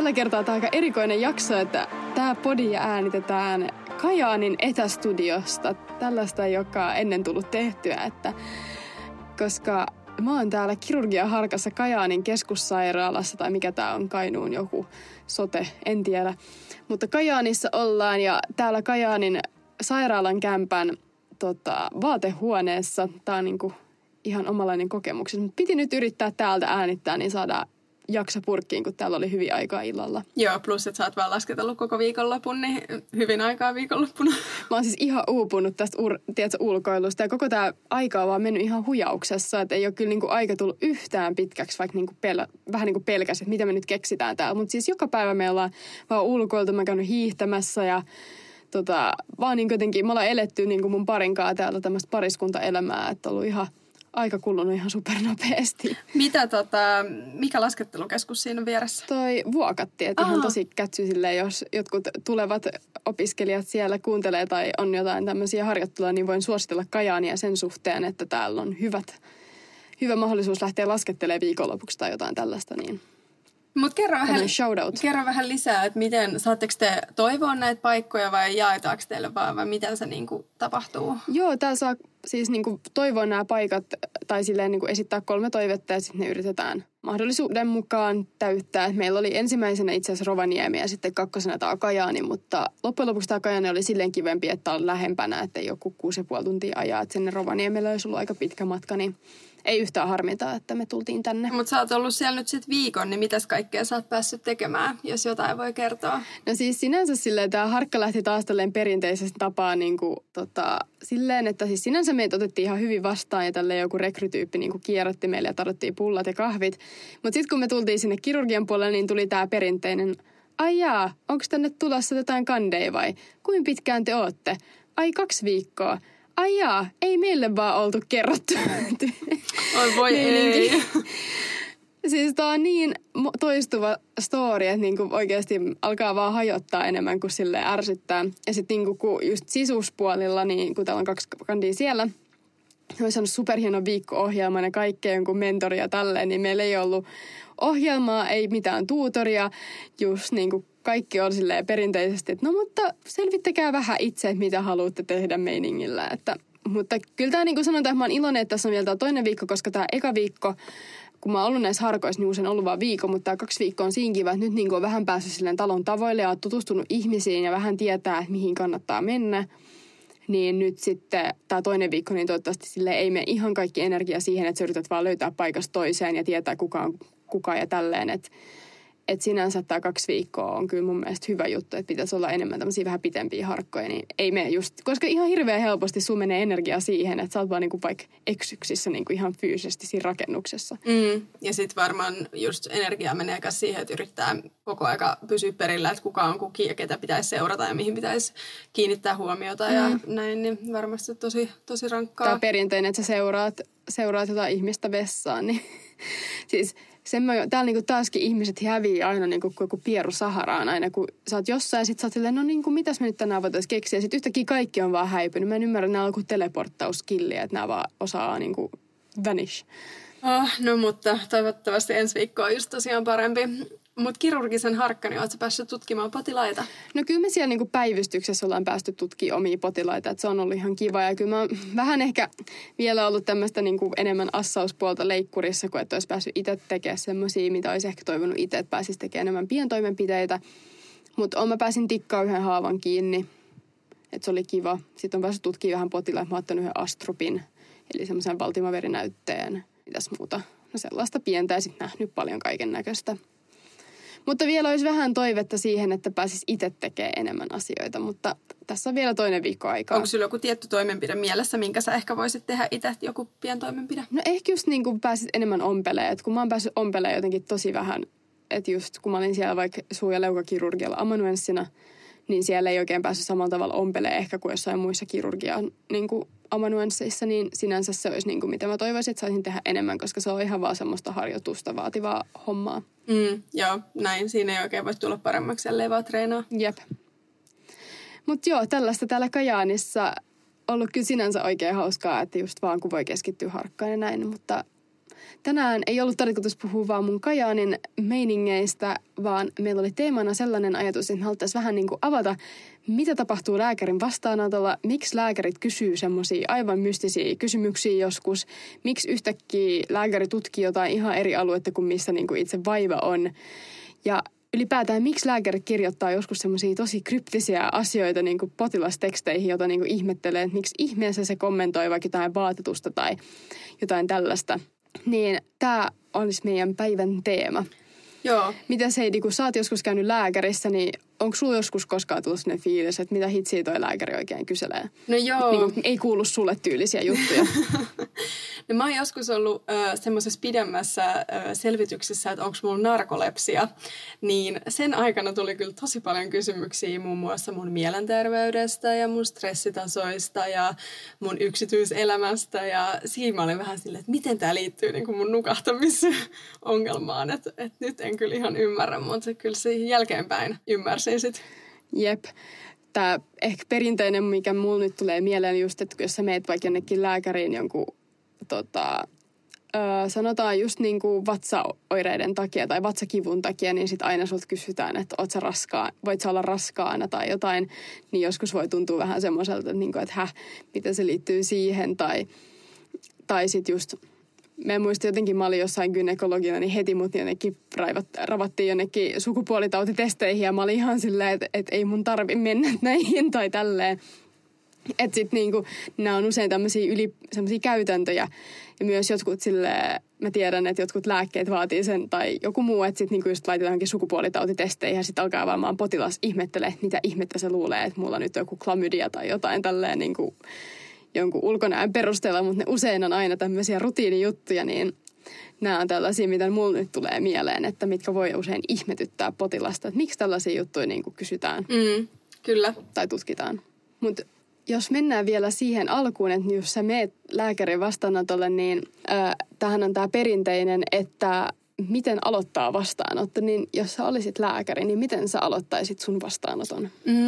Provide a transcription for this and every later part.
tällä kertaa tämä on aika erikoinen jakso, että tämä podia äänitetään Kajaanin etästudiosta. Tällaista ei olekaan ennen tullut tehtyä, että koska mä oon täällä kirurgiaharkassa Kajaanin keskussairaalassa, tai mikä tää on, Kainuun joku sote, en tiedä. Mutta Kajaanissa ollaan ja täällä Kajaanin sairaalan kämpän vaatehuoneessa. Tää on niinku ihan omalainen kokemukseni. Mutta piti nyt yrittää täältä äänittää, niin saadaan jakso purkkiin, kun täällä oli hyvin aikaa illalla. Joo, plus että sä oot vaan lasketellut koko viikonlopun, niin hyvin aikaa viikonloppuna. Mä oon siis ihan uupunut tästä ulkoilusta ja koko tää aika on vaan mennyt ihan hujauksessa, että ei ole kyllä niinku aika tullut yhtään pitkäksi, vaikka niinku vähän niinku pelkäs, että mitä me nyt keksitään täällä. Mutta siis joka päivä me ollaan vaan ulkoiltu, mä oon käynyt hiihtämässä ja vaan niin jotenkin, me ollaan eletty niinku mun parinkaan täältä tämmöistä pariskuntaelämää, että on ollut ihan aika kulunut ihan supernopeasti. Mikä laskettelukeskus siinä on vieressä? Toi Vuokatti, että ihan tosi kätsy silleen, jos jotkut tulevat opiskelijat siellä kuuntelee tai on jotain tämmöisiä harjoitteluja, niin voin suositella Kajaania sen suhteen, että täällä on hyvä mahdollisuus lähteä laskettelemaan viikonlopuksi tai jotain tällaista, niin Mutta kerro vähän lisää, että miten, saatteko te toivoa näitä paikkoja vai jaetaanko teille vaan vai miten se niinku tapahtuu? Joo, täällä saa siis niinku toivoa nämä paikat tai silleen niinku esittää 3 toivetta ja sitten ne yritetään mahdollisuuden mukaan täyttää. Et meillä oli ensimmäisenä itse asiassa Rovaniemi ja sitten 2. tämä Kajaani, mutta loppujen lopuksi tämä Kajaani oli silleen kivempi, että on lähempänä, että ei joku 6,5 tuntia ajaa. Että sinne Rovaniemelle olisi ollut aika pitkä matka, niin ei yhtään harmita, että me tultiin tänne. Mutta sä oot ollut siellä nyt sitten viikon, niin mitäs kaikkea sä oot päässyt tekemään, jos jotain voi kertoa? No siis sinänsä silleen, tämä harkka lähti taas tälleen perinteisesti tapaan silleen, että siis sinänsä meitä otettiin ihan hyvin vastaan ja tälleen joku rekrytyyppi kierrätti meille ja tarjottiin pullat ja kahvit. Mutta sitten kun me tultiin sinne kirurgian puolelle, niin tuli tämä perinteinen, ai jaa, onko tänne tulossa jotain kandeja vai? Kuinka pitkään te ootte? Ai 2 viikkoa. Ai jaa, ei meille vaan oltu kerrottu. Oi voi ei. Siis tää on niin toistuva story, että niinku oikeasti alkaa vaan hajottaa enemmän kuin silleen ärsyttää. Ja sitten niinku, kun just sisuspuolilla, niin kun täällä on 2 kandia siellä, olisi saanut superhieno viikko-ohjelman ja kaikkea jonkun mentori ja tälleen, niin meillä ei ollut ohjelmaa, ei mitään tuutoria, just niinku kaikki on silleen perinteisesti, että no mutta selvittäkää vähän itse, että mitä haluatte tehdä meiningillä. Mutta kyllä tämä niin kuin sanotaan, että mä oon iloinen, että tässä on vielä tämä toinen viikko, koska tämä eka viikko, kun mä oon ollut näissä harkoissa, niin usein ollut vaan viikko, mutta tämä 2 viikkoa on siinä kiva, että nyt niin kuin on vähän päässyt silleen talon tavoille ja on tutustunut ihmisiin ja vähän tietää, että mihin kannattaa mennä. Niin nyt sitten tämä toinen viikko, niin toivottavasti silleen ei mene ihan kaikki energia siihen, että sä yrität vaan löytää paikasta toiseen ja tietää kuka ja tälleen, että sinänsä tämä 2 viikkoa on kyllä mun mielestä hyvä juttu, että pitäisi olla enemmän tämmöisiä vähän pitempiä harkkoja, niin ei mene just, koska ihan hirveän helposti sun menee energiaa siihen, että sä oot vaan niinku vaikka eksyksissä niinku ihan fyysisesti siinä rakennuksessa. Ja sitten varmaan just energiaa menee myös siihen, että yrittää koko aika pysyä perillä, että kuka on kukin ja ketä pitäisi seurata ja mihin pitäisi kiinnittää huomiota ja näin, niin varmasti tosi rankkaa. Tämä perinteinen, että sä seuraat jotain ihmistä vessaan, niin siis täällä niinku taaskin ihmiset häviää aina niinku joku pieru Saharaan aina, kun sä oot jossain ja sit sä oot silleen, no niinku mitäs me nyt tänään voitaisiin keksiä. Ja sit yhtäkkiä kaikki on vaan häipynyt. Mä en ymmärrä, että nämä on joku teleporttauskilliä, että nämä vaan osaa niinku vanish. No mutta toivottavasti ensi viikko on just tosiaan parempi. Mutta kirurgisen harkkani, ootko sä päässyt tutkimaan potilaita? No kyllä me siellä niinku päivystyksessä ollaan päästy tutkimaan omia potilaita, että se on ollut ihan kiva. Ja kyllä mä oon vähän ehkä vielä ollut tämmöistä niinku enemmän assauspuolta leikkurissa, kuin että olisi päässyt itse tekemään semmoisia, mitä olisi ehkä toivonut itse, että pääsisi tekemään enemmän pientoimenpiteitä. Mutta mä pääsin tikkaamaan yhden haavan kiinni, että se oli kiva. Sitten on päässyt tutkimaan vähän potilaita, mä oon ottanut yhden astrupin, eli semmoisen valtimaverinäytteen, mitäs muuta. No sellaista pientä ja sitten nähnyt paljon kaiken näköistä. Mutta vielä olisi vähän toivetta siihen, että pääsisi itse tekemään enemmän asioita, mutta tässä on vielä toinen viikko aikaa. Onko sulla joku tietty toimenpide mielessä, minkä sä ehkä voisit tehdä itse, joku pientoimenpide? No ehkä just niin kuin pääsit enemmän ompelemaan, että kun mä oon päässyt ompelemaan jotenkin tosi vähän, että just kun mä olin siellä vaikka suu- ja leukakirurgialla amanuenssina, niin siellä ei oikein päässyt samalla tavalla ompelemaan ehkä kuin jossain muissa kirurgian niin kuin amanuensseissa, niin sinänsä se olisi niin kuin mitä mä toivoisin, että saisin tehdä enemmän, koska se on ihan vaan semmoista harjoitusta vaativaa hommaa. Joo, näin. Siinä ei oikein voi tulla paremmaksi, ellei vaan treenaa. Jep. Mutta joo, tällaista täällä Kajaanissa ollut kyllä sinänsä oikein hauskaa, että just vaan kun voi keskittyä harkkaan ja näin, mutta tänään ei ollut tarkoitus puhua vaan mun Kajaanin meiningeistä, vaan meillä oli teemana sellainen ajatus, että me haluttaisiin vähän niin kuin avata, mitä tapahtuu lääkärin vastaanotolla, miksi lääkärit kysyy semmoisia aivan mystisiä kysymyksiä joskus, miksi yhtäkkiä lääkäri tutkii jotain ihan eri aluetta kuin missä niin kuin itse vaiva on. Ja ylipäätään, miksi lääkärit kirjoittaa joskus semmoisia tosi kryptisiä asioita niin kuin potilasteksteihin, jota niin kuin ihmettelee, että miksi ihmeessä se kommentoi vaikka jotain vaatetusta tai jotain tällaista. Niin tämä olisi meidän päivän teema. Joo. Mitäs Heidi, kun sä oot joskus käynyt lääkärissä, niin onko sulla joskus koskaan tullut sellainen fiilis, että mitä hitsiä toi lääkäri oikein kyselee? No joo. Niin kuin, ei kuulu sulle tyylisiä juttuja. No mä oon joskus ollut semmoisessa pidemmässä selvityksessä, että onko mulla narkolepsia. Niin sen aikana tuli kyllä tosi paljon kysymyksiä muun muassa mun mielenterveydestä ja mun stressitasoista ja mun yksityiselämästä. Ja siinä mä olin vähän silleen, että miten tää liittyy niin kuin mun nukahtamisongelmaan. Että nyt en kyllä ihan ymmärrä, mutta kyllä siihen jälkeenpäin ymmärsin sit. Jep. Tämä ehkä perinteinen, mikä mulla nyt tulee mieleen just, että jos sä meet vaikka jonnekin lääkäriin jonkun sanotaan just niin kuin vatsaoireiden takia tai vatsakivun takia, niin sitten aina sulta kysytään, että oot sä voit sä olla raskaana tai jotain, niin joskus voi tuntua vähän semmoiselta, että miten se liittyy siihen tai sitten just, mä en muista jotenkin, mä olin jossain gynekologina, niin heti mut jonnekin ravattiin jonnekin sukupuolitautitesteihin ja mä olin ihan silleen, että ei mun tarvi mennä näihin tai tälleen. Että sitten niinku, nämä on usein tämmöisiä käytäntöjä. Ja myös jotkut silleen, mä tiedän, että jotkut lääkkeet vaatii sen tai joku muu, että sitten niinku just laitetaan johonkin sukupuolitautitesteihin ja sitten alkaa varmaan potilas ihmettelee, että mitä ihmettä se luulee, että mulla nyt on joku klamydia tai jotain tälleen niinku jonkun ulkonäön perusteella, mutta ne usein on aina tämmöisiä rutiinijuttuja, niin nämä on tällaisia, mitä mulla nyt tulee mieleen, että mitkä voi usein ihmetyttää potilasta, että miksi tällaisia juttuja niinku kysytään. Kyllä. Tai tutkitaan. Mutta jos mennään vielä siihen alkuun, että jos sä meet lääkärin vastaanotolle, niin tämähän on tämä perinteinen, että miten aloittaa vastaanotto. Niin jos sä olisit lääkäri, niin miten sä aloittaisit sun vastaanoton?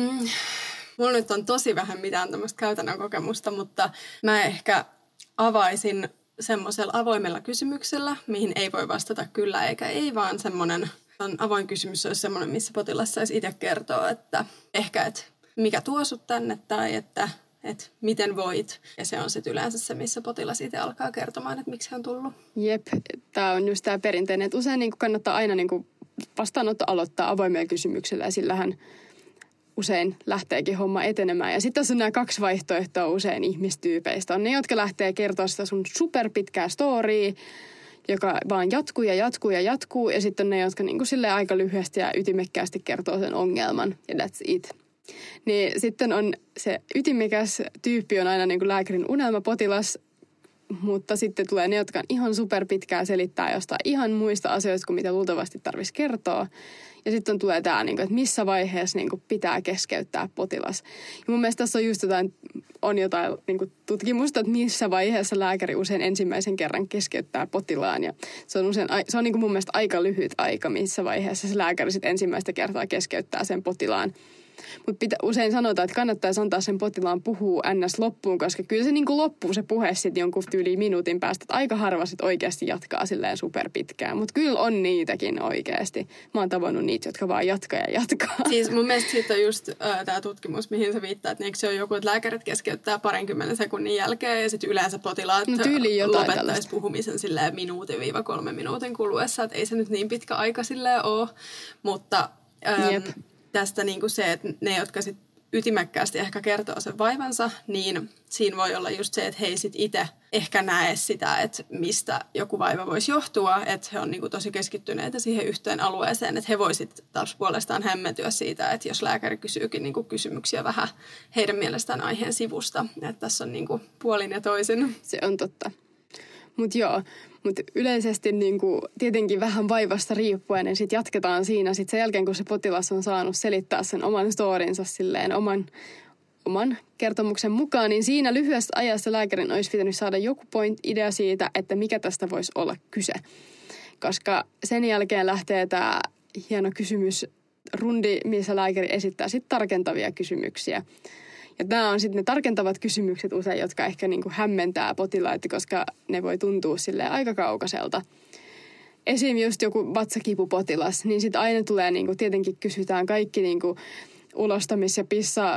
Mulla nyt on tosi vähän mitään tämmöistä käytännön kokemusta, mutta mä ehkä avaisin semmoisella avoimella kysymyksellä, mihin ei voi vastata kyllä eikä ei, vaan semmoinen avoin kysymys olisi semmoinen, missä potilas saisi itse kertoa, että ehkä, että mikä tuo sut tänne tai että miten voit. Ja se on sitten yleensä se, missä potilas itse alkaa kertomaan, että miksi hän on tullut. Jep, tämä on just tämä perinteinen, että usein niin kannattaa aina niin vastaanotto aloittaa avoimella kysymyksellä ja sillähän usein lähteekin homma etenemään. Ja sitten tässä on nämä kaksi vaihtoehtoa usein ihmistyypeistä. On ne, jotka lähtee kertoa sitä sun superpitkää storya, joka vaan jatkuu ja jatkuu ja jatkuu. Ja sitten on ne, jotka niin kuin silleen aika lyhyesti ja ytimekkäästi kertoo sen ongelman. Ja that's it. Niin sitten on se ytimekäs tyyppi on aina niin kuin lääkärin unelmapotilas, mutta sitten tulee ne, jotka on ihan superpitkää selittää jostain ihan muista asioista kuin mitä luultavasti tarvitsisi kertoa. Ja sitten tulee tämä, että missä vaiheessa pitää keskeyttää potilas. Ja mun mielestä tässä on jotain tutkimusta, että missä vaiheessa lääkäri usein ensimmäisen kerran keskeyttää potilaan. Ja se on mun mielestä aika lyhyt aika, missä vaiheessa se lääkäri sitten ensimmäistä kertaa keskeyttää sen potilaan. Mutta usein sanotaan, että kannattaisi antaa sen potilaan puhua ns. Loppuun, koska kyllä se loppuu se puhe sitten jonkun tyyliin minuutin päästä. Että aika harva sitten oikeasti jatkaa silleen superpitkään. Mutta kyllä on niitäkin oikeasti. Mä oon tavannut niitä, jotka vaan jatkaa ja jatkaa. Siis mun mielestä siitä on just tämä tutkimus, mihin sä viittaat. Eikö se ole joku, että lääkärit keskeyttää 20 sekunnin jälkeen ja sitten yleensä potilaat lopettaisi puhumisen silleen minuutin-3 minuutin kuluessa. Että ei se nyt niin pitkä aika silleen ole, mutta tästä se, että ne, jotka sit ytimekkäästi ehkä kertoo sen vaivansa, niin siinä voi olla just se, että he ei sit itse ehkä näe sitä, että mistä joku vaiva voisi johtua, että he on tosi keskittyneitä siihen yhteen alueeseen, että he voisit taas puolestaan hämmentyä siitä, että jos lääkäri kysyykin kysymyksiä vähän heidän mielestään aiheen sivusta, että tässä on puolin ja toisin. Se on totta. Mutta yleisesti tietenkin vähän vaivasta riippuen, niin sitten jatketaan siinä. Sitten sen jälkeen, kun se potilas on saanut selittää sen oman storinsa silleen oman kertomuksen mukaan, niin siinä lyhyessä ajassa lääkärin olisi pitänyt saada joku idea siitä, että mikä tästä voisi olla kyse. Koska sen jälkeen lähtee tämä hieno kysymysrundi, missä lääkäri esittää sitten tarkentavia kysymyksiä. Ja nämä on sitten ne tarkentavat kysymykset usein, jotka ehkä niin kuin hämmentää potilaita, koska ne voi tuntua silleen aika kaukaiselta. Esim. Just joku vatsakipupotilas, niin sitten aina tulee, niin kuin tietenkin kysytään kaikki niin kuin ulostamis- ja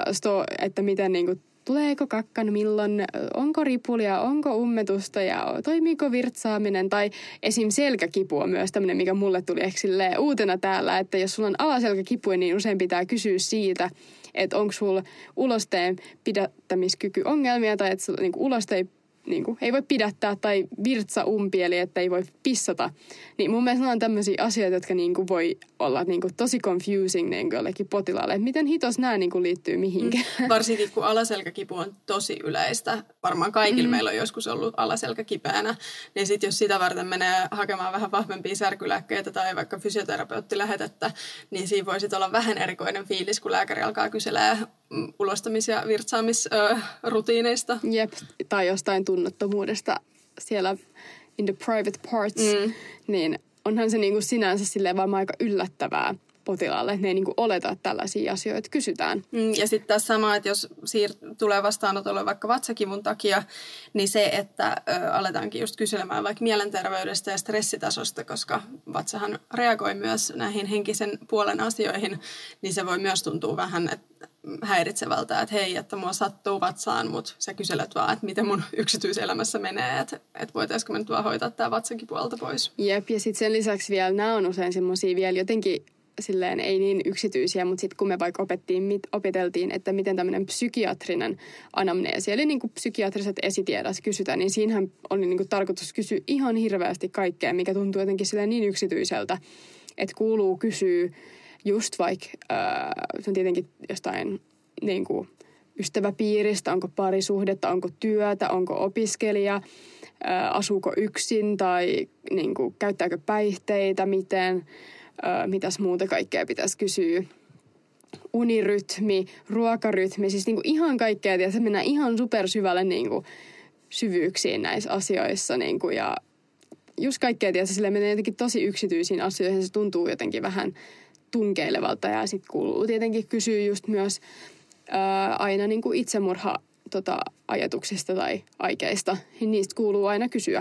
että miten niin kuin, tuleeko kakkan milloin, onko ripulia, onko ummetusta ja toimiiko virtsaaminen. Tai esim. Selkäkipu on myös tämmöinen, mikä mulle tuli ehkä uutena täällä, että jos sulla on alaselkäkipu, niin usein pitää kysyä siitä, että onko sulla ulosteen pidättämiskyky ongelmia tai että niin uloste ei voi pidättää tai virtsa umpi, eli että ei voi pissata. Niin mun mielestä on tämmöisiä asioita, jotka niin kuin voi olla niin kuin tosi confusing niin kuin jollekin potilaalle. Että miten hitos nämä niin kuin liittyy mihinkään. Varsinkin kun alaselkäkipu on tosi yleistä. Varmaan kaikilla meillä on joskus ollut alaselkä kipeänä. Niin sitten jos sitä varten menee hakemaan vähän vahvempia särkylääkkeitä tai vaikka fysioterapeutti-lähetettä, niin siinä voi sitten olla vähän erikoinen fiilis, kun lääkäri alkaa kyselee ulostamis- ja virtsaamisrutiineista. Jep, tai jostain tunnottomuudesta siellä in the private parts, niin onhan se niinku sinänsä silleen vaan aika yllättävää potilaalle, että ne ei niinku oleta, että tällaisia asioita kysytään. Ja sitten tässä sama, että jos tulee vastaanotolle vaikka vatsakivun takia, niin se, että aletaankin just kyselemään vaikka mielenterveydestä ja stressitasosta, koska vatsahan reagoi myös näihin henkisen puolen asioihin, niin se voi myös tuntua vähän häiritsevältä, että hei, että mua sattuu vatsaan, mutta sä kyselet vaan, että miten mun yksityiselämässä menee, että voitaisiko me nyt vaan hoitaa tämä vatsakipuolta pois. Jep, ja sitten sen lisäksi vielä nämä on usein semmoisia vielä jotenkin silleen ei niin yksityisiä, mutta sitten kun me vaikka opeteltiin, että miten tämmöinen psykiatrinen anamneesi, eli niin kuin psykiatriset esitiedot kysytään, niin siinähän oli niin kuin tarkoitus kysyä ihan hirveästi kaikkea, mikä tuntuu jotenkin silleen niin yksityiseltä, että kuuluu kysyä just vaikka, se on tietenkin jostain niin kuin ystäväpiiristä, onko parisuhdetta, onko työtä, onko opiskelija, asuuko yksin tai niin kuin, käyttääkö päihteitä, miten, mitäs muuta kaikkea pitäisi kysyä. Unirytmi, ruokarytmi, siis niin kuin ihan kaikkea, ja se mennään ihan supersyvälle niin kuin syvyyksiin näissä asioissa. Niin kuin, ja just kaikkea, ja se menee jotenkin tosi yksityisiin asioihin, se tuntuu jotenkin vähän tunkeilevalta, ja sitten kuuluu tietenkin kysyä just myös aina niin kuin itsemurha ajatuksista tai aikeista. Niistä kuuluu aina kysyä.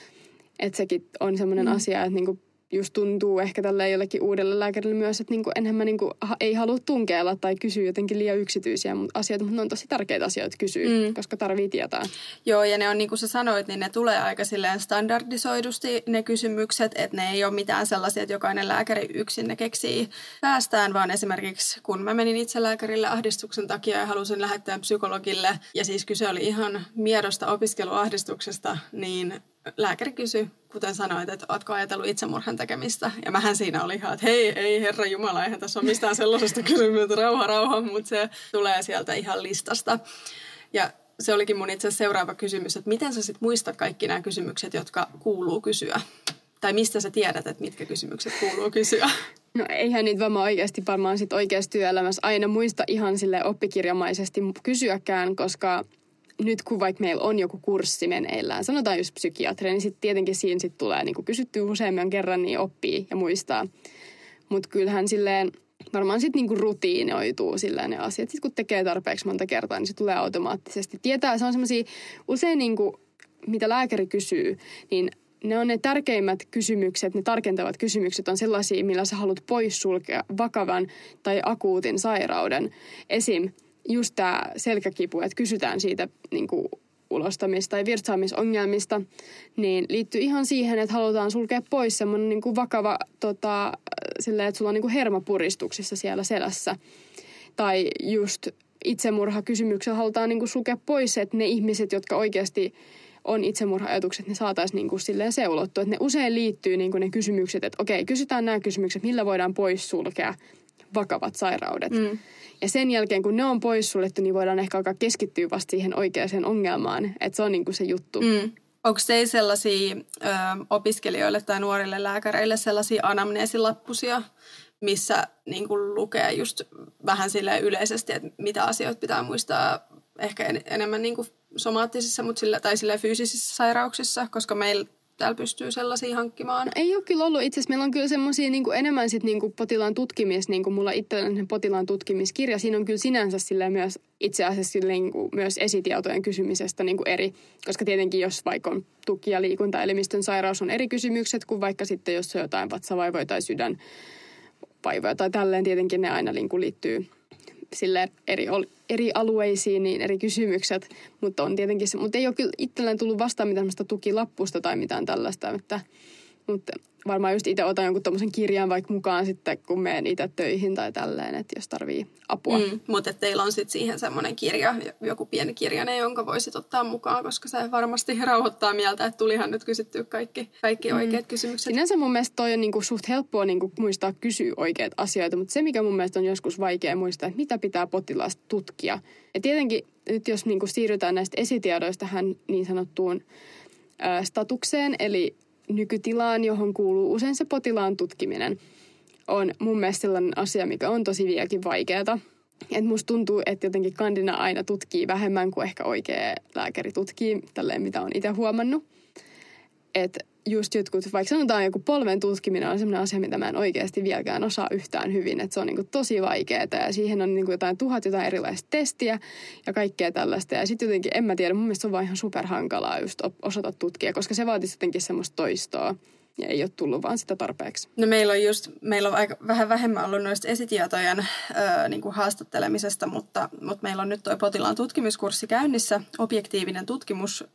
Että sekin on semmoinen asia, että niinku just tuntuu ehkä tälle jollekin uudelle lääkärille myös, että niinku enhän mä niinku ei halua tunkeilla tai kysyä jotenkin liian yksityisiä asioita, mutta ne on tosi tärkeitä asioita kysyä, koska tarvii tietää. Joo, ja ne on niin kuin sä sanoit, niin ne tulee aika silleen standardisoidusti ne kysymykset, että ne ei ole mitään sellaisia, että jokainen lääkäri yksin ne keksii päästään, vaan esimerkiksi kun mä menin itse lääkärille ahdistuksen takia ja halusin lähettää psykologille, ja siis kyse oli ihan miedosta opiskeluahdistuksesta, niin lääkäri kysyi, kuten sanoit, että ootko ajatellut itsemurhan tekemistä. Ja mähän siinä oli ihan, että hei, ei herra jumala, eihän tässä ole mistään sellaisesta kysymys, että rauha, mutta se tulee sieltä ihan listasta. Ja se olikin mun itse asiassa seuraava kysymys, että miten sä sit muistat kaikki nämä kysymykset, jotka kuuluu kysyä? Tai mistä sä tiedät, että mitkä kysymykset kuuluu kysyä? No eihän niitä varmaan sit oikeassa työelämässä aina muista ihan sille oppikirjamaisesti kysyäkään, koska nyt kun vaikka meillä on joku kurssi meneillään, sanotaan just psykiatria, niin sitten tietenkin siinä sit tulee niin kysyttyä useamman kerran, niin oppii ja muistaa. Mutta kyllähän silleen varmaan sitten niinku rutiinoituu silleen ne asiat. Sitten kun tekee tarpeeksi monta kertaa, niin se tulee automaattisesti. Tietää, se on semmoisia usein niinku, mitä lääkäri kysyy, niin ne on ne tärkeimmät kysymykset, ne tarkentavat kysymykset on sellaisia, millä sä haluat poissulkea vakavan tai akuutin sairauden. Esim. Just tämä selkäkipu, että kysytään siitä niin kuin ulostamis- tai virtsaamisongelmista, niin liittyy ihan siihen, että halutaan sulkea pois semmoinen niin kuin vakava, silleen, että sulla on niin kuin hermopuristuksissa siellä selässä. Tai just itsemurhakysymyksellä halutaan niin kuin sulkea pois, että ne ihmiset, jotka oikeasti on itsemurha-ajatukset, ne saataisiin niin kuin silleen seulottua. Että ne usein liittyy niin kuin ne kysymykset, että okei, kysytään nämä kysymykset, millä voidaan poissulkea vakavat sairaudet. Ja sen jälkeen, kun ne on poissuljettu, niin voidaan ehkä alkaa keskittyä vasta siihen oikeaan ongelmaan. Että se on niin kuin se juttu. Onko teillä sellaisia opiskelijoille tai nuorille lääkäreille sellaisia anamneesilappusia, missä niin kuin lukee just vähän silleen yleisesti, että mitä asioita pitää muistaa ehkä enemmän niin kuin somaattisissa tai silleen fyysisissä sairauksissa, koska meillä täällä pystyy sellaisia hankkimaan? No, ei ole kyllä ollut. Itse asiassa meillä on kyllä semmoisia niin enemmän sit niin kuin potilaan tutkimis, niin kuin mulla itselläni potilaan tutkimiskirja. Siinä on kyllä sinänsä myös itse asiassa niin kuin myös esitietojen kysymisestä niin kuin eri. Koska tietenkin jos vaikka on tuki- ja liikuntaelimistön sairaus on eri kysymykset kuin vaikka sitten jos on jotain vatsavaivoja tai sydänvaivoja tai tälleen. Tietenkin ne aina niin kuin liittyy sille eri alueisiin, niin eri kysymykset, mutta on tietenkin se, mutta ei ole kyllä itselleen tullut vastaan mitään tukilappusta tai mitään tällaista, mutta varmaan just itse otan jonkun tommosen kirjan vaikka mukaan sitten, kun menen itse töihin tai tälleen, että jos tarvii apua. Mutta teillä on sitten siihen semmoinen kirja, joku pieni kirjainen, jonka voisit ottaa mukaan, koska se varmasti rauhoittaa mieltä, että tulihan nyt kysyttyä kaikki oikeat kysymykset. Sinänsä mun mielestä toi on niinku suht helppoa niinku muistaa kysyä oikeat asioita, mutta se mikä mun mielestä on joskus vaikea muistaa, että mitä pitää potilaasta tutkia. Ja tietenkin nyt jos niinku siirrytään näistä esitiedoista tähän niin sanottuun statukseen, eli nykytilaan, johon kuuluu usein se potilaan tutkiminen, on mun mielestä sellainen asia, mikä on tosi vieläkin vaikeaa. Että musta tuntuu, että jotenkin kandina aina tutkii vähemmän kuin ehkä oikea lääkäri tutkii, tälleen mitä on itse huomannut. Että just jotkut, vaikka sanotaan joku polven tutkiminen on sellainen asia, mitä mä en oikeasti vieläkään osaa yhtään hyvin. Että se on niinku tosi vaikeaa ja siihen on niinku jotain erilaista testiä ja kaikkea tällaista. Ja sitten jotenkin, en mä tiedä, mun mielestä se on vaan ihan superhankalaa just osata tutkia, koska se vaatisi jotenkin semmoista toistoa. Ja ei ole tullut vaan sitä tarpeeksi. No meillä on aika vähän vähemmän ollut noista esitietojen niinku haastattelemisesta, mutta meillä on nyt toi potilaan tutkimuskurssi käynnissä, objektiivinen tutkimus,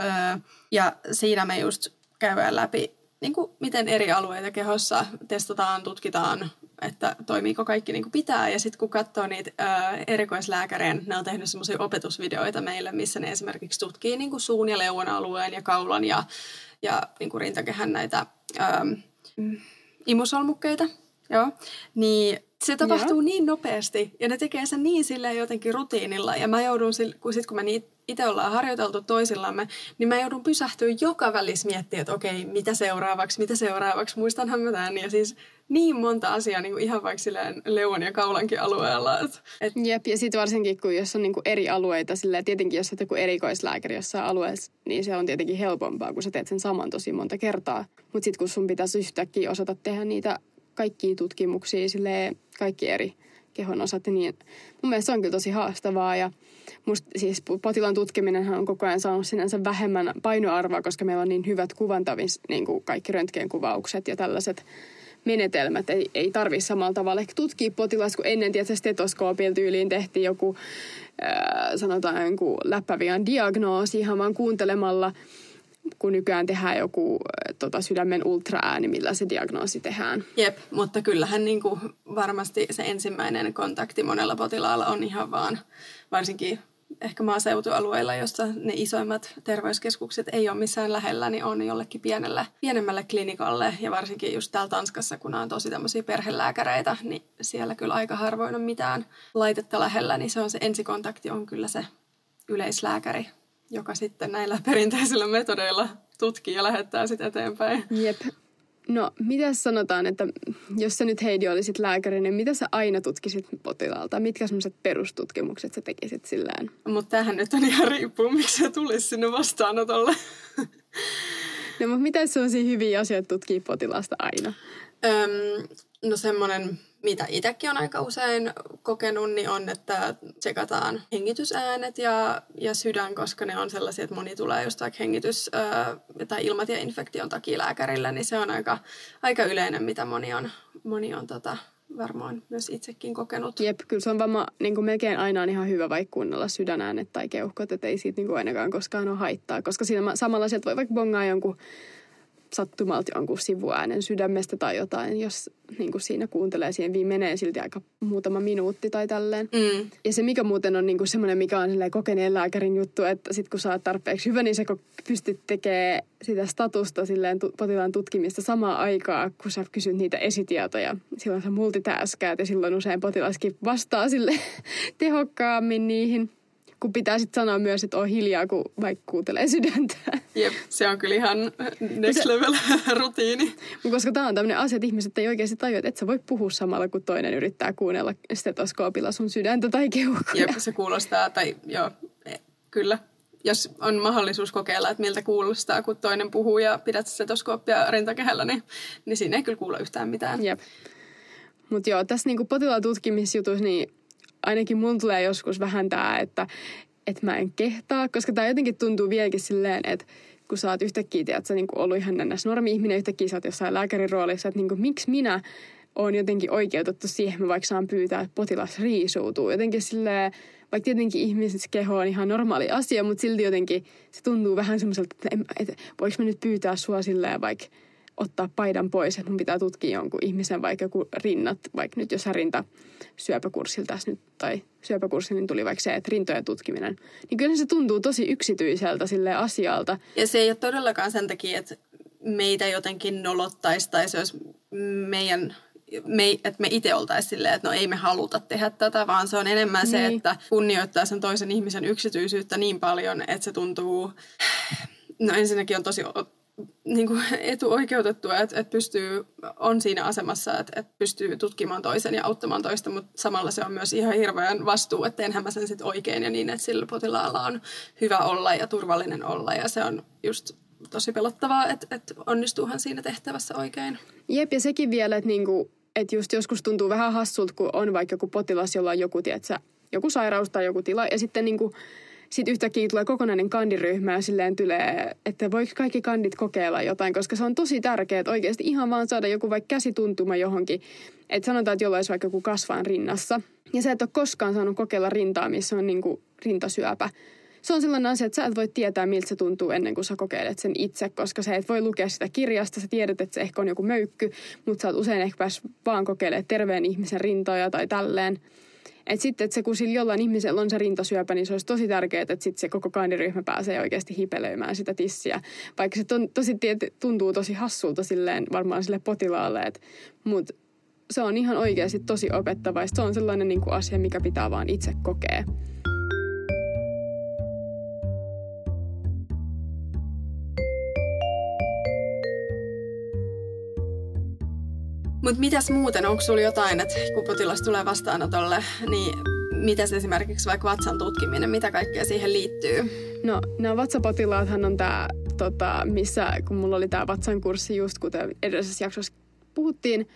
ja siinä me just käydään läpi, niinku miten eri alueita kehossa testataan, tutkitaan, että toimiiko kaikki niin kuin pitää. Ja sitten kun katsoo niitä erikoislääkäreen, ne on tehnyt semmoisia opetusvideoita meille, missä ne esimerkiksi tutkii niin kuin suun ja leuan alueen ja kaulan ja niin kuin rintakehän näitä imusolmukkeita. Joo. Niin se tapahtuu niin nopeasti ja ne tekee sen niin silleen jotenkin rutiinilla. Ja mä joudun, kun me itse ollaan harjoiteltu toisillamme, niin mä joudun pysähtyä joka välissä miettimään, että okei, mitä seuraavaksi, muistanhan mä tämän. Ja siis niin monta asiaa niin kuin ihan vaikka silleen leuan ja kaulankin alueella. Jep, ja sitten varsinkin, kun jos on niin kuin eri alueita, silleen, tietenkin jos olet joku erikoislääkäri jossain alueessa, niin se on tietenkin helpompaa, kun sä teet sen saman tosi monta kertaa. Mutta sitten kun sun pitäisi yhtäkkiä osata tehdä niitä kaikkia tutkimuksia, silleen kaikki eri kehon osat, niin mun mielestä se on kyllä tosi haastavaa. Ja musta siis potilaan tutkiminenhan on koko ajan saanut sinänsä vähemmän painoarvoa, koska meillä on niin hyvät kuvantavis, niin kuin kaikki röntgenkuvaukset ja tällaiset menetelmät. Ei tarvitse samalla tavalla ehkä tutkia potilaasta, kun ennen tietysti stetoskoopilla tyyliin tehtiin joku, sanotaan joku läppävian diagnoosi ihan vaan kuuntelemalla, kun nykyään tehdään joku sydämen ultraääni, millä se diagnoosi tehdään. Jep, mutta kyllähän niin kuin varmasti se ensimmäinen kontakti monella potilaalla on ihan vaan, varsinkin ehkä maaseutualueilla, jossa ne isoimmat terveyskeskukset ei ole missään lähellä, niin on jollekin pienemmälle klinikalle. Ja varsinkin just täällä Tanskassa, kun on tosi tämmöisiä perhelääkäreitä, niin siellä kyllä aika harvoin on mitään laitetta lähellä, niin se on se ensikontakti on kyllä se yleislääkäri, joka sitten näillä perinteisillä metodeilla tutkii ja lähettää sitten eteenpäin. Jep. No, mitä sanotaan, että jos sä nyt Heidi olisit lääkäri, niin mitä sä aina tutkisit potilaalta? Mitkä sellaiset perustutkimukset sä tekisit sillään? Mutta tämähän nyt on ihan riippuu, miksi se tulisi sinne vastaanotolle. No, mutta mitä sellaisia hyviä asioita tutkii potilaasta aina? No semmoinen, mitä itsekin on aika usein kokenut, niin on, että tsekataan hengitysäänet ja sydän, koska ne on sellaisia, että moni tulee just vaikka tai ilmatieinfektion takia lääkärille, niin se on aika yleinen, mitä moni on varmaan myös itsekin kokenut. Jep, kyllä se on varmaan niin melkein aina on ihan hyvä vaikka kuunnella sydänäänet tai keuhkot, että ei siitä niin ainakaan koskaan ole haittaa, koska siinä samalla sieltä voi vaikka bongaa jonkun sattumalta jonkun sivuäänen sydämestä tai jotain, jos niin kuin siinä kuuntelee, siihen menee silti aika muutama minuutti tai tälleen. Ja se mikä muuten on niin kuin semmoinen, mikä on kokeneen lääkärin juttu, että sit kun sä oot tarpeeksi hyvä, niin sä pystyt tekemään sitä statusta silleen potilaan tutkimista samaan aikaan, kun sä kysyt niitä esitietoja. Silloin sä multitaskäät ja silloin usein potilaskin vastaa sille tehokkaammin niihin. Kun pitää sitten sanoa myös, että on hiljaa, kun vaikka kuuntelee sydäntä. Jep, se on kyllä ihan next level rutiini. Koska tämä on tämmöinen asia, että ihmiset ei oikeasti tajua, että et sä voi puhua samalla, kun toinen yrittää kuunnella stetoskoopilla sun sydäntä tai keuhkoja. Jep, se kuulostaa, tai joo, kyllä. jos on mahdollisuus kokeilla, että miltä kuulostaa, kun toinen puhuu ja pidät stetoskooppia rintakehällä, niin siinä ei kyllä kuule yhtään mitään. Jep. Mutta joo, tässä niinku potilaan tutkimisjutussa, niin ainakin mun tulee joskus vähän tää, että mä en kehtaa, koska tää jotenkin tuntuu vieläkin silleen, että kun sä oot yhtäkkiä, että sä niinku ollut ihan nännäs normi-ihminen, yhtäkkiä sä oot jossain lääkärin roolissa, että niinku, miksi minä oon jotenkin oikeutettu siihen, että mä vaikka saan pyytää, että potilas riisuutuu. Jotenkin silleen, vaikka tietenkin ihmisen keho on ihan normaali asia, mutta silti jotenkin se tuntuu vähän semmoiselta, että voiko mä nyt pyytää sua silleen vaikka ottaa paidan pois, että mun pitää tutkia jonkun ihmisen vaikka joku rinnat, vaikka nyt jos sä syöpäkurssilla tässä nyt, tai syöpäkurssilla niin tuli vaikka se, että rintojen tutkiminen, niin kyllä se tuntuu tosi yksityiseltä silleen asialta. Ja se ei ole todellakaan sen takia, että meitä jotenkin nolottaisi tai se olisi että me itse oltaisiin silleen, että no ei me haluta tehdä tätä, vaan se on enemmän se, että kunnioittaa sen toisen ihmisen yksityisyyttä niin paljon, että se tuntuu, no ensinnäkin on tosi niin kuin etuoikeutettua, että on siinä asemassa, että pystyy tutkimaan toisen ja auttamaan toista, mutta samalla se on myös ihan hirveän vastuu, että teenhän mä sen sitten oikein ja niin, että sillä potilaalla on hyvä olla ja turvallinen olla ja se on just tosi pelottavaa, että onnistuuhan siinä tehtävässä oikein. Jep, ja sekin vielä, että just joskus tuntuu vähän hassulta, kun on vaikka joku potilas, jolla on joku sairaus tai joku tila ja sitten sitten yhtäkkiä tulee kokonainen kandiryhmä ja silleen tulee, että voiko kaikki kandit kokeilla jotain, koska se on tosi tärkeää, että oikeasti ihan vaan saada joku vaikka käsituntuma johonkin. Että sanotaan, että jolla olisi vaikka joku kasvain rinnassa. Ja sä et ole koskaan saanut kokeilla rintaa, missä on rintasyöpä. Se on sellainen asia, että sä et voi tietää, miltä se tuntuu ennen kuin sä kokeilet sen itse, koska sä et voi lukea sitä kirjasta. Sä tiedät, että se ehkä on joku möykky, mutta sä oot usein ehkä päässyt vaan kokeilemaan terveen ihmisen rintoja tai tälleen. Että sitten, että se kun sillä jollain ihmisellä on se rintasyöpä, niin se olisi tosi tärkeää, että sitten se koko kandiryhmä pääsee oikeasti hipelöimään sitä tissiä. Vaikka se tuntuu tosi hassulta silleen varmaan sille potilaalle, mutta se on ihan oikeasti tosi opettavaista. Se on sellainen asia, mikä pitää vaan itse kokea. Mutta mitäs muuten, onko sulla jotain, että kun potilas tulee vastaanotolle, niin mitäs esimerkiksi vaikka vatsan tutkiminen, mitä kaikkea siihen liittyy? No, nämä vatsapotilaathan on tämä, missä kun mulla oli tämä vatsan kurssi just kuten edellisessä jaksossa puhuttiin,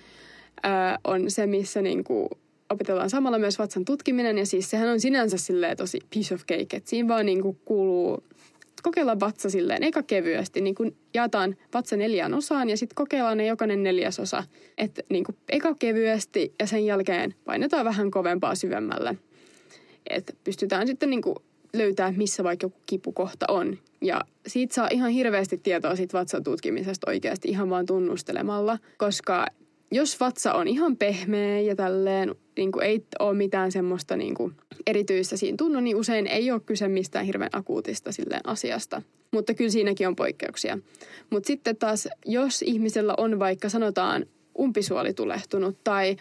on se, missä opetellaan samalla myös vatsan tutkiminen. Ja siis sehän on sinänsä silleen tosi piece of cake, että siinä vaan kuuluu kokeilla vatsa silleen eka kevyesti, jaetaan vatsa 4 osaan ja sitten kokeillaan ne jokainen 4. osa. Että eka kevyesti ja sen jälkeen painetaan vähän kovempaa syvemmälle. Että pystytään sitten löytää, missä vaikka joku kipukohta on. Ja siitä saa ihan hirveästi tietoa siitä vatsan tutkimisesta oikeasti ihan vaan tunnustelemalla, koska jos vatsa on ihan pehmeä ja tälleen, ei ole mitään semmoista erityistä siinä tunnu, niin usein ei ole kyse mistään hirveän akuutista silleen asiasta. Mutta kyllä siinäkin on poikkeuksia. Mutta sitten taas, jos ihmisellä on vaikka sanotaan umpisuoli tulehtunut tai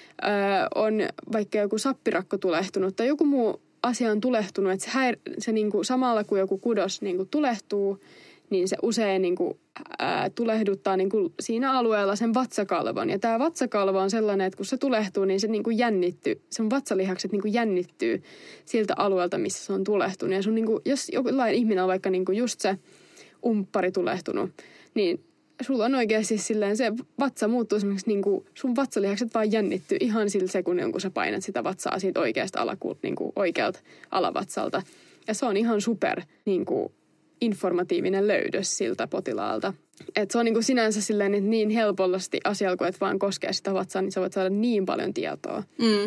on vaikka joku sappirakko tulehtunut tai joku muu asia on tulehtunut, että se samalla kun joku kudos tulehtuu, niin se usein tulehduttaa siinä alueella sen vatsakalvon. Ja tämä vatsakalvo on sellainen, että kun se tulehtuu, niin se jännittyy. Sen vatsalihakset jännittyy siltä alueelta, missä se on tulehtunut. Ja jos jollain ihminen on vaikka just se umppari tulehtunut, niin sulla on oikeasti silleen se vatsa muuttuu esimerkiksi sun vatsalihakset vaan jännittyy ihan sillä sekunnilla, kun sä painat sitä vatsaa siitä oikeasta oikealta alavatsalta. Ja se on ihan super informatiivinen löydös siltä potilaalta. Että se on sinänsä silleen, että niin helposti asialla, kun et vaan koskee sitä vatsaa, niin sä voit saada niin paljon tietoa.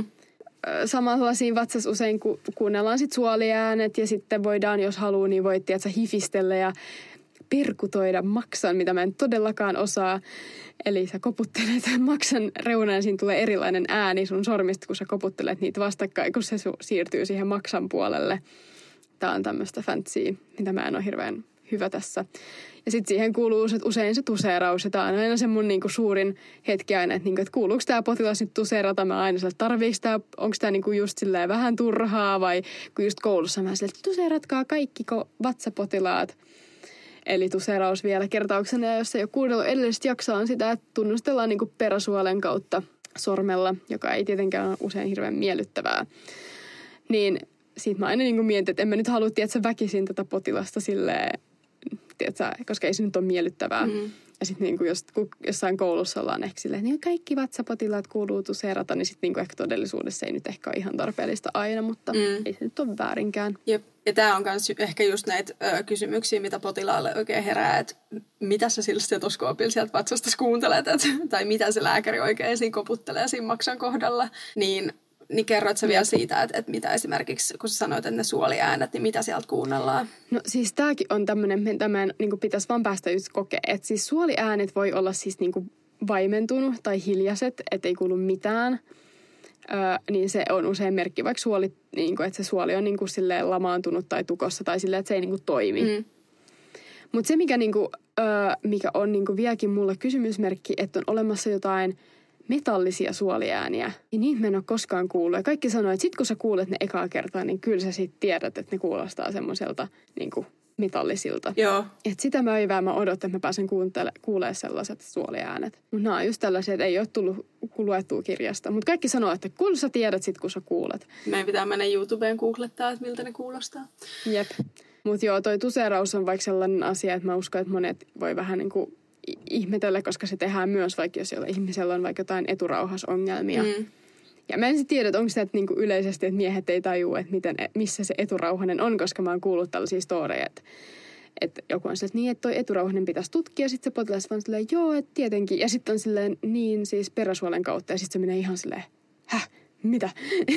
Samalla siinä vatsassa usein kuunnellaan sit suoliäänet ja sitten voidaan, jos haluaa, niin voit hifistellä ja perkutoida maksan, mitä mä en todellakaan osaa. Eli sä koputtelet maksan reunaan, siinä tulee erilainen ääni sun sormista, kun sä koputtelet niitä vastakkain, kun se siirtyy siihen maksan puolelle. Tää on tämmöistä fancyä, mitä mä en ole hirveän hyvä tässä. Ja sitten siihen kuuluu usein se tuseeraus. Ja tää on aina se mun suurin hetki aina, että kuuluuko tää potilas nyt tuseerata. Mä aina sille, että tarviiko tää, onko tää just silleen vähän turhaa vai kun just koulussa mä sille, että tuseeratkaa kaikki vatsapotilaat. Eli tuseeraus vielä kertauksena. Ja jos ei ole kuunnellut edellistä jaksoa, on sitä, että tunnustellaan peräsuolen kautta sormella, joka ei tietenkään ole usein hirveän miellyttävää. Niin siitä mä aina niinku mietin, että en mä nyt halua, tiedätkö, väkisin tätä potilasta silleen, tiedätkö, koska ei se nyt ole miellyttävää. Ja sitten niinku jossain koulussa ollaan ehkä silleen, että kaikki vatsapotilaat kuuluu tuseerata, niin sitten niinku ehkä todellisuudessa ei nyt ehkä ole ihan tarpeellista aina, mutta ei se nyt ole väärinkään. Jep. Ja tämä on myös ehkä just näitä kysymyksiä, mitä potilaalle oikein herää, että mitä sä sillä stetoskoopilla sieltä vatsasta kuuntelet, tai mitä se lääkäri oikein siinä koputtelee siinä maksan kohdalla, niin kerroit sä vielä siitä, että mitä esimerkiksi, kun sä sanoit, että ne suoliäänet, niin mitä sieltä kuunnellaan? No siis tämäkin on tämmöinen, mitä meidän niin pitäisi vaan päästä just kokea. Että siis suoliäänet voi olla siis niin kuin vaimentunut tai hiljaiset, että ei kuulu mitään. Niin se on usein merkki, vaikka suoli, niin kuin, että se suoli on niin kuin silleen lamaantunut tai tukossa tai silleen, että se ei niin kuin toimi. Mutta se, mikä on niin kuin vieläkin mulle kysymysmerkki, että on olemassa jotain metallisia suoliääniä, niin niitä mä en ole koskaan kuullut. Ja kaikki sanoo, että sit kun sä kuulet ne ekaa kertaa, niin kyllä sä sit tiedät, että ne kuulostaa semmoiselta niin kuin metallisilta. Joo. Et sitä mä odotan, että mä pääsen kuulemaan sellaiset suoliäänet. Mutta nämä on just tällaisia, että ei ole tullut luettua kirjasta. Mutta kaikki sanoo, että kyllä sä tiedät sit, kun sä kuulet. Meidän pitää mennä YouTubeen googlettaa, että miltä ne kuulostaa. Jep. Mutta joo, toi tuseeraus on vaikka sellainen asia, että mä uskon, että monet voi vähän niin kuin ihmetellä, koska se tehdään myös, vaikka jos ihmisellä on vaikka jotain eturauhasongelmia. Ja mä en sitten tiedä, että onko se että niinku yleisesti, että miehet ei tajua, että missä se eturauhanen on, koska mä oon kuullut tällaisia storeja, että joku on silleen, että niin, että toi eturauhanen pitäisi tutkia, ja sitten se potilas vaan silleen, joo, että tietenkin. Ja sitten on silleen, niin siis peräsuolen kautta, ja sitten se menee ihan silleen, mitä?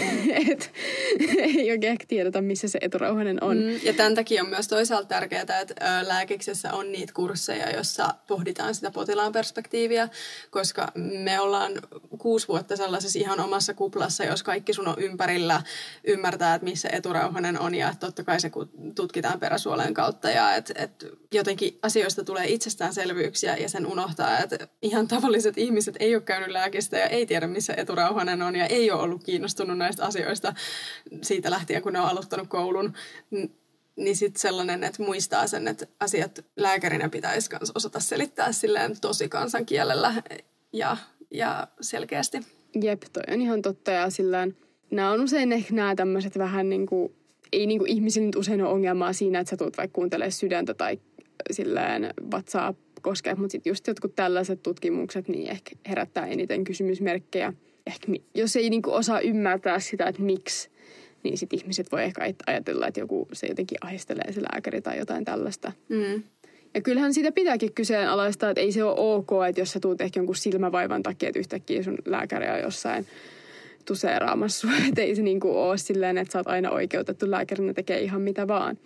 Et ei oikein ehkä tiedetä, missä se eturauhanen on. Ja tämän takia on myös toisaalta tärkeää, että lääkiksessä on niitä kursseja, joissa pohditaan sitä potilaan perspektiiviä, koska me ollaan 6 vuotta sellaisessa ihan omassa kuplassa, jos kaikki sun on ympärillä ymmärtää, että missä eturauhanen on ja totta kai se tutkitaan peräsuolen kautta ja että jotenkin asioista tulee itsestäänselvyyksiä ja sen unohtaa, että ihan tavalliset ihmiset ei ole käynyt lääkistä ja ei tiedä, missä eturauhanen on ja ei ole ollut kiinnostunut näistä asioista siitä lähtien, kun ne on aloittanut koulun, niin sitten sellainen, että muistaa sen, että asiat lääkärinä pitäisi myös osata selittää silleen tosi kansankielellä ja selkeästi. Jep, toi on ihan totta ja sillään, nämä on usein ehkä nämä tämmöiset vähän niin kuin, ei niin kuin ihmisillä nyt usein ole ongelmaa siinä, että sä tulet vaikka kuuntelemaan sydäntä tai silleen vatsaa koskee, mutta sitten just jotkut tällaiset tutkimukset, niin ehkä herättää eniten kysymysmerkkejä. Ehkä jos ei niinku osaa ymmärtää sitä, että miksi, niin sitten ihmiset voi ehkä ajatella, että joku se jotenkin ahdistelee se lääkäri tai jotain tällaista. Ja kyllähän sitä pitääkin kyseenalaistaa, että ei se ole ok, että jos sä tuut ehkä jonkun silmävaivan takia, että yhtäkkiä sun lääkäri on jossain tuseeraamassa. Että ei se niinku ole silleen, että sä oot aina oikeutettu lääkärinä tekee ihan mitä vaan.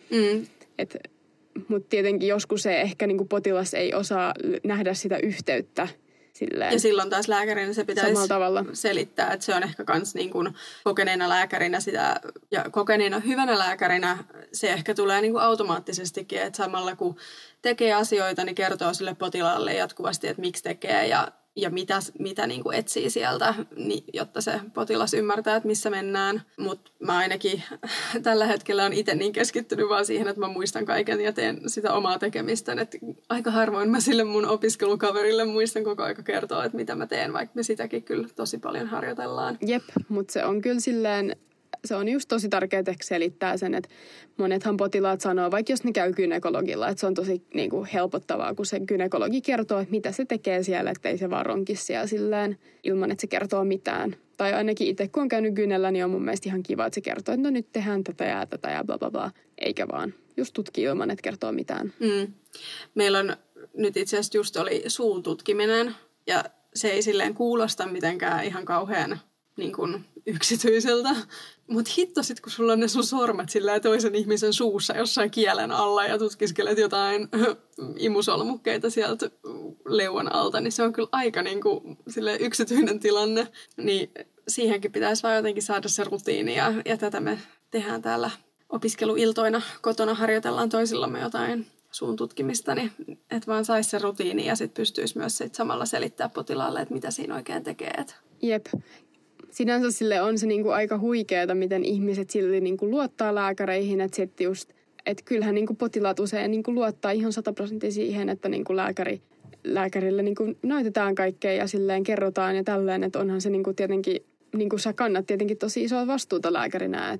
Mutta tietenkin joskus se ehkä niinku potilas ei osaa nähdä sitä yhteyttä. Silleen. Ja silloin taas lääkärinä se pitäisi selittää, että se on ehkä myös niin kuin kokeneena lääkärinä sitä, ja kokeneena hyvänä lääkärinä se ehkä tulee niin kuin automaattisestikin, että samalla kun tekee asioita, niin kertoo sille potilaalle jatkuvasti, että miksi tekee ja mitä niin kuin etsii sieltä, niin, jotta se potilas ymmärtää, että missä mennään. Mutta mä ainakin tällä hetkellä on itse niin keskittynyt vaan siihen, että mä muistan kaiken ja teen sitä omaa tekemistä. Että aika harvoin mä sille mun opiskelukaverille muistan koko aika kertoa, että mitä mä teen, vaikka me sitäkin kyllä tosi paljon harjoitellaan. Jep, mutta se on kyllä silleen, se on just tosi tärkeää selittää sen, että monethan potilaat sanoo, vaikka jos ne käy gynekologilla, että se on tosi niin kuin helpottavaa, kun se gynekologi kertoo, että mitä se tekee siellä, ettei se vaan ronkisi siellä silleen ilman, että se kertoo mitään. Tai ainakin itse, kun on käynyt gynellä, niin on mun mielestä ihan kiva, että se kertoo, että no nyt tehdään tätä ja bla bla bla, eikä vaan just tutki ilman, että kertoo mitään. Meillä on nyt itse asiassa just oli suun tutkiminen ja se ei silleen kuulosta mitenkään ihan kauhean niin kuin yksityiseltä. Mutta hitto sit, kun sulla on ne sun sormet sillä toisen ihmisen suussa jossain kielen alla ja tutkiskelet jotain imusolmukkeita sieltä leuan alta, niin se on kyllä aika niin kuin yksityinen tilanne. Niin siihenkin pitäisi vaan jotenkin saada se rutiini ja tätä me tehdään täällä opiskeluiltoina. Kotona harjoitellaan toisillamme jotain suun tutkimista, niin että vaan saisi se rutiini ja sitten pystyisi myös sit samalla selittää potilaalle, että mitä siinä oikein tekee. Jep. Sinänsä sille on se niinku aika huikeeta, miten ihmiset silti niinku luottaa lääkäreihin, että kyllähän niinku potilaat usein niinku luottaa ihan 100% siihen, että niinku lääkärille niinku näytetään kaikkea ja silleen kerrotaan ja tälleen, että onhan se niinku tietenkin, niinku sä kannat tietenkin tosi isoa vastuuta lääkärinä, että sä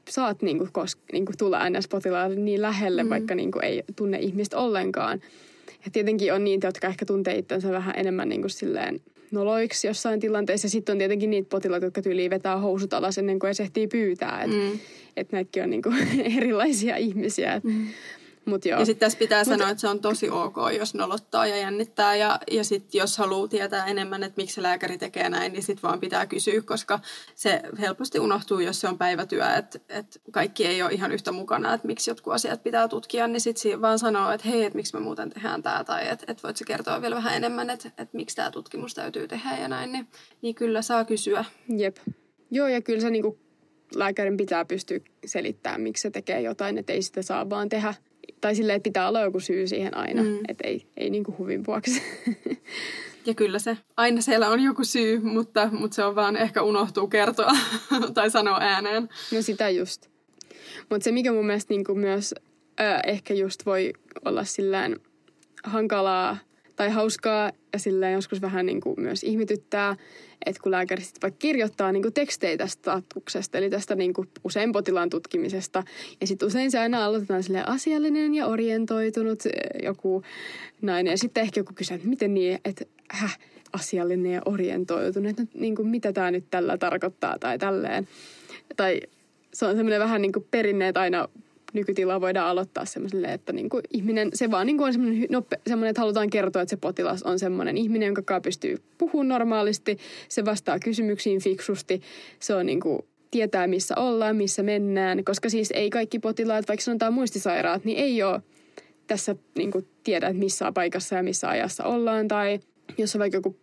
saat niinku tulla NS-potilaalle niin lähelle, vaikka niinku ei tunne ihmistä ollenkaan. Ja tietenkin on niitä, jotka ehkä tuntee itsensä vähän enemmän niinku silleen noloiksi jossain tilanteessa. Sitten on tietenkin niitä potilaita, jotka tyyliin vetää housut alas ennen kuin edes ehtii pyytää. Että näitäkin on niinku erilaisia ihmisiä. Mut joo. Ja sitten tässä pitää sanoa, että se on tosi ok, jos nolottaa ja jännittää. Ja sitten jos haluaa tietää enemmän, että miksi se lääkäri tekee näin, niin sitten vaan pitää kysyä, koska se helposti unohtuu, jos se on päivätyö. Että kaikki ei ole ihan yhtä mukana, että miksi jotkut asiat pitää tutkia, niin sitten vaan sanoo, että hei, että miksi me muuten tehdään tämä. Tai että voit sä kertoa vielä vähän enemmän, että miksi tämä tutkimus täytyy tehdä ja näin. Niin kyllä saa kysyä. Jep. Joo, ja kyllä se niinku lääkärin pitää pystyä selittämään, miksi se tekee jotain, että ei sitä saa vaan tehdä. Tai silleen, että pitää olla joku syy siihen aina, että ei niinku huvin vuoksi. Ja kyllä se, aina siellä on joku syy, mutta se on vaan ehkä unohtuu kertoa tai sanoa ääneen. No sitä just. Mutta se, mikä mun mielestä niinku myös ehkä just voi olla sillään hankalaa tai hauskaa ja silleen joskus vähän niinku myös ihmetyttää, että kun lääkäri sitten vaikka kirjoittaa niinku tekstejä tästä statuksesta, eli tästä niinku usein potilaan tutkimisesta, ja sitten usein se aina aloitetaan silleen asiallinen ja orientoitunut joku nainen, ja sitten ehkä joku kysyy, että miten niin, että asiallinen ja orientoitunut, että niinku, mitä tämä nyt tällä tarkoittaa tai tälleen. Tai se on semmoinen vähän niinku perinne, että aina nykytilaa voidaan aloittaa semmoiselle, että niinku ihminen, se vaan niinku on semmoinen, että halutaan kertoa, että se potilas on semmoinen ihminen, jonka kanssa pystyy puhumaan normaalisti, se vastaa kysymyksiin fiksusti, se on niinku, tietää missä ollaan, missä mennään, koska siis ei kaikki potilaat, vaikka sanotaan muistisairaat, niin ei ole tässä niinku tiedä, että missä paikassa ja missä ajassa ollaan, tai jos on vaikka joku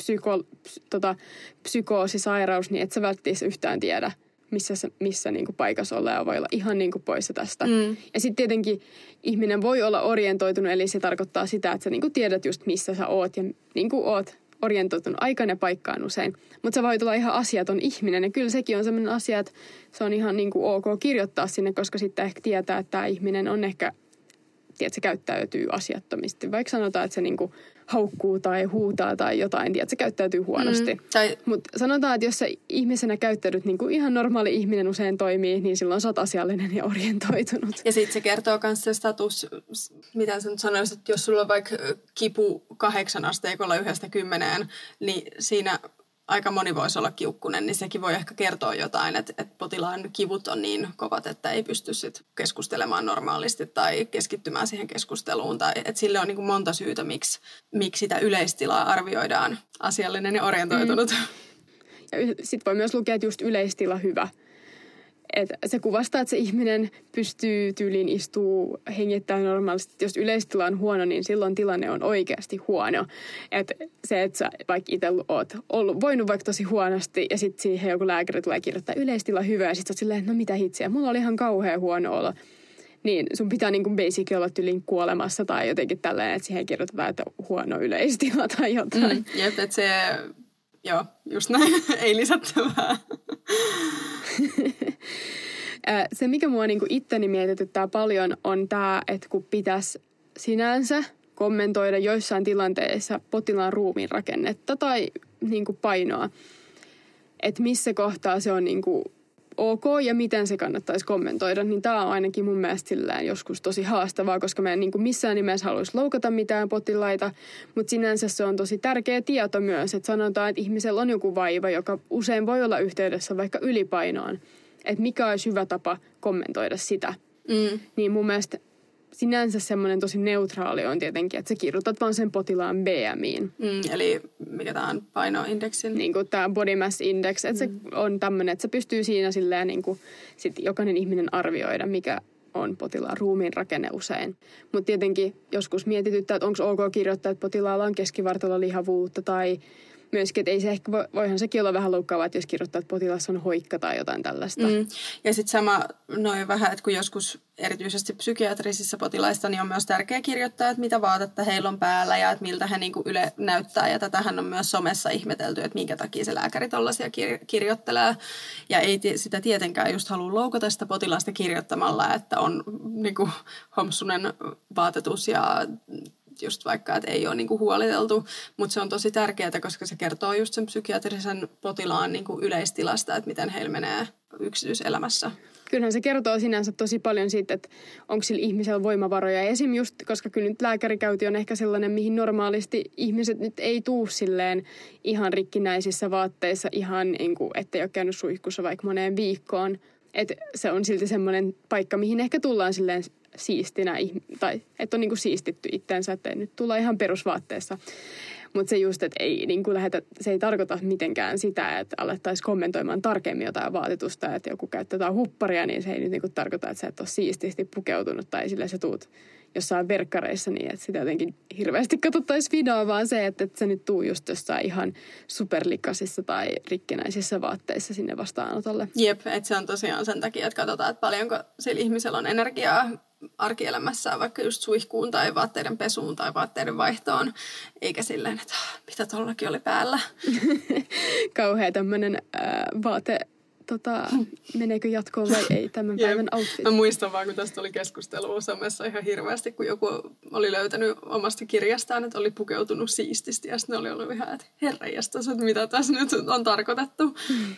psykoosisairaus, niin et sä välttämättä yhtään tiedä, missä niinku paikassa ollaan ja voi olla ihan niinku poissa tästä. Ja sitten tietenkin ihminen voi olla orientoitunut, eli se tarkoittaa sitä, että sä niinku tiedät just missä sä oot ja niinku oot orientoitunut aikaan ja paikkaan usein. Mutta sä voit olla ihan asiaton ihminen ja kyllä sekin on sellainen asia, että se on ihan niinku ok kirjoittaa sinne, koska sitten ehkä tietää, että tämä ihminen on ehkä, tiedät, se käyttäytyy asiattomasti. Vaikka sanotaan, että se niinku haukkuu tai huutaa tai jotain, tiedät, se käyttäytyy huonosti. Mutta sanotaan, että jos sä ihmisenä käyttäydyt niin kuin ihan normaali ihminen usein toimii, niin silloin sä oot asiallinen ja orientoitunut. Ja sitten se kertoo myös se status, mitä sä nyt sanoisit, että jos sulla on vaikka kipu 8 asteikolla 1–10, niin siinä aika moni voisi olla kiukkunen, niin sekin voi ehkä kertoa jotain, että potilaan kivut on niin kovat, että ei pysty sit keskustelemaan normaalisti tai keskittymään siihen keskusteluun. Tai että sille on niin kuin monta syytä, miksi sitä yleistilaa arvioidaan asiallinen ja orientoitunut. Ja sitten voi myös lukea, että just yleistila hyvä. Että se kuvastaa, että se ihminen pystyy tyyliin istuu hengittämään normaalisti. Jos yleistila on huono, niin silloin tilanne on oikeasti huono. Että se, että sä vaikka itse oot voinut vaikka tosi huonosti ja sitten siihen joku lääkäri tulee kirjoittaa yleistila hyvä ja sitten sä oot silleen, no mitä hitsiä, mulla oli ihan kauhean huono olo. Niin sun pitää niin kuin basically olla tyyliin kuolemassa tai jotenkin tällainen, että siihen kirjoitetaan, että huono yleistila tai jotain. Jep, että se, joo, just näin, ei lisättävää. Se, mikä mua niinku itteni mietityttää paljon, on tämä, että kun pitäisi sinänsä kommentoida joissain tilanteissa potilaan ruumiin rakennetta tai niinku painoa, että missä kohtaa se on niinku ok ja miten se kannattaisi kommentoida, niin tämä on ainakin mun mielestä sillään joskus tosi haastavaa, koska mä en niinku missään nimessä haluaisi loukata mitään potilaita, mutta sinänsä se on tosi tärkeä tieto myös, että sanotaan, että ihmisellä on joku vaiva, joka usein voi olla yhteydessä vaikka ylipainoon, että mikä olisi hyvä tapa kommentoida sitä. Niin mun mielestä sinänsä semmoinen tosi neutraali on tietenkin, että sä kirjoitat vaan sen potilaan BMIin. Eli mikä tämä on painoindeksin? Niin kuin tämä body mass index, että se on tämmöinen, että se pystyy siinä silleen niin kuin sit jokainen ihminen arvioida, mikä on potilaan ruumiin rakenne usein. Mutta tietenkin joskus mietityttää, että onko ok kirjoittaa, että potilaalla on keskivartalolihavuutta tai myöskin, että ei se ehkä, voihan sekin olla vähän loukkaavaa, että jos kirjoittaa, että potilas on hoikka tai jotain tällaista. Ja sitten sama noin vähän, että kun joskus erityisesti psykiatrisissa potilaissa, niin on myös tärkeää kirjoittaa, että mitä vaatetta heillä on päällä ja että miltä he niinku näyttää. Ja tätähän on myös somessa ihmetelty, että minkä takia se lääkäri tollaisia kirjoittelee. Ja ei sitä tietenkään just halua loukata sitä potilasta kirjoittamalla, että on niinku homsunen vaatetus ja just vaikka, että ei ole niin kuin huoliteltu, mutta se on tosi tärkeää, koska se kertoo just sen psykiatrisen potilaan niin kuin yleistilasta, että miten heillä menee yksityiselämässä. Kyllähän se kertoo sinänsä tosi paljon siitä, että onko sillä ihmisellä voimavaroja. Esim. Just, koska kyllä nyt lääkärikäynti on ehkä sellainen, mihin normaalisti ihmiset nyt ei tuu silleen ihan rikkinäisissä vaatteissa, ihan niin kuin, ettei ole käynyt suihkussa vaikka moneen viikkoon. Että se on silti semmoinen paikka, mihin ehkä tullaan silleen siistinä, tai että on niin kuin siistitty itteensä, että ei nyt tulla ihan perusvaatteessa. Mutta se just, että ei, niin kuin se ei tarkoita mitenkään sitä, että alettaisiin kommentoimaan tarkemmin jotain vaatetusta, että joku käyttää jotain hupparia, niin se ei nyt niin kuin tarkoita, että sä et ole siististi pukeutunut tai sillä sä tuut jossain verkkareissa niin, että sitä jotenkin hirveästi katsottaisiin videoa, vaan se, että sä nyt tuu just jossain ihan superlikasissa tai rikkinäisissä vaatteissa sinne vastaanotolle. Jep, että se on tosiaan sen takia, että katsotaan, että paljonko sillä ihmisellä on energiaa arkielämässään vaikka just suihkuun tai vaatteiden pesuun tai vaatteiden vaihtoon, eikä silleen, että mitä tollakin oli päällä. Kauhea tämmöinen vaate, meneekö jatkoon vai ei tämän päivän outfit. Mä muistan vaan, kun tästä oli keskustelua somessa ihan hirveästi, kun joku oli löytänyt omasta kirjastaan, että oli pukeutunut siististi ja sitten oli ollut ihan, että herranjestas, että mitä tässä nyt on tarkoitettu.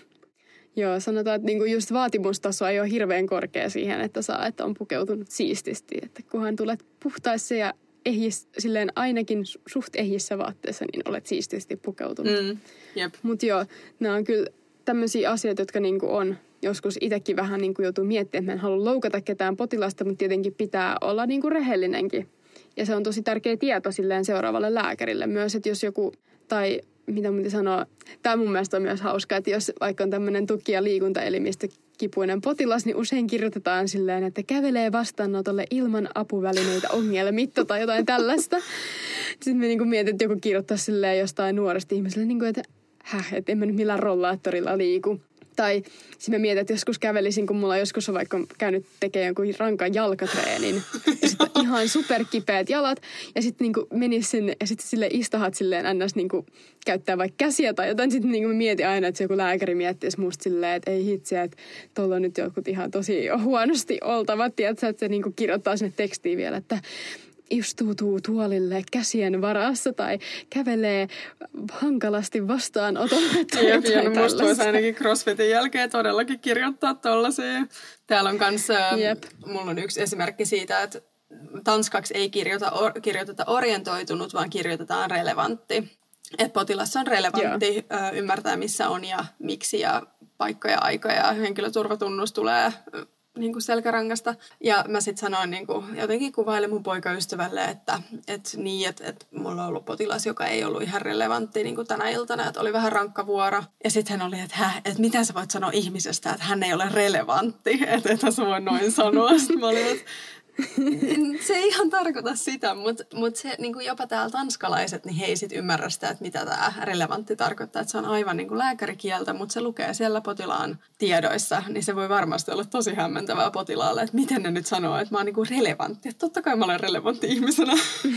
Joo, sanotaan, että niinku just vaatimustaso ei ole hirveän korkea siihen, että on pukeutunut siististi. Että kunhan tulet puhtaissa ja silleen ainakin suht ehjissä vaatteissa, niin olet siististi pukeutunut. Mutta joo, nämä on kyllä tämmöisiä asioita, jotka niinku on joskus itsekin vähän niinku joutuu miettimään, että mä en halua loukata ketään potilasta, mutta tietenkin pitää olla niinku rehellinenkin. Ja se on tosi tärkeä tieto silleen seuraavalle lääkärille myös, että jos joku, tai mitä mun sanoa, tämä mun mielestä on myös hauska, että jos vaikka on tämmöinen tuki- ja liikuntaelimistö kipuinen potilas, niin usein kirjoitetaan silleen, että kävelee vastaanotolle ilman apuvälineitä ongelmitta tai jotain tällaista. Sitten me niinku mietin, että joku kirjoittaa silleen jostain nuoresta ihmiselle, niinku, että että en mä nyt millään rollaattorilla liiku. Tai sitten mä mietin, että joskus kävelisin, kun mulla joskus on vaikka käynyt tekemään jonkun rankan jalkatreenin. Ja sitten ihan superkipeät jalat. Ja sitten niinku menis sinne ja sitten sille istahat silleen ns. Niinku käyttää vaikka käsiä tai jotain. Sitten niinku mä mietin aina, että se joku lääkäri miettisi musta silleen, että ei hitsi, että tuolla on nyt jotkut ihan tosi huonosti oltavat. Tiedätkö, että se niinku kirjoittaa sinne tekstiin vielä, että istuutuu tuolille käsien varassa tai kävelee hankalasti vastaanotolle tai jotain tällaista. Musta voisi ainakin CrossFitin jälkeen todellakin kirjoittaa tollaisia. Täällä on kanssa, mulla on yksi esimerkki siitä, että tanskaksi ei kirjoiteta orientoitunut, vaan kirjoitetaan relevantti. Että potilas on relevantti, ymmärtää missä on ja miksi ja paikkoja, aikoja ja henkilöturvatunnus tulee niin kuin selkärangasta. Ja mä sitten sanoin, niin kuin, jotenkin kuvailin mun poikaystävälle, että mulla on ollut potilas, joka ei ollut ihan relevantti niin kuin tänä iltana, että oli vähän rankka vuoro. Ja sitten hän oli, että mitä sä voit sanoa ihmisestä, että hän ei ole relevantti, että sä voi noin sanoa. Sitten mä olin, että se ei ihan tarkoita sitä, mutta se, niin kuin jopa täällä tanskalaiset, niin he ei sitten ymmärrä sitä, että mitä tämä relevantti tarkoittaa. Että se on aivan niin kuin lääkärikieltä, mutta se lukee siellä potilaan tiedoissa, niin se voi varmasti olla tosi hämmentävää potilaalle, että miten ne nyt sanoo, että mä oon niin kuin relevantti. Että totta kai mä olen relevantti ihmisenä.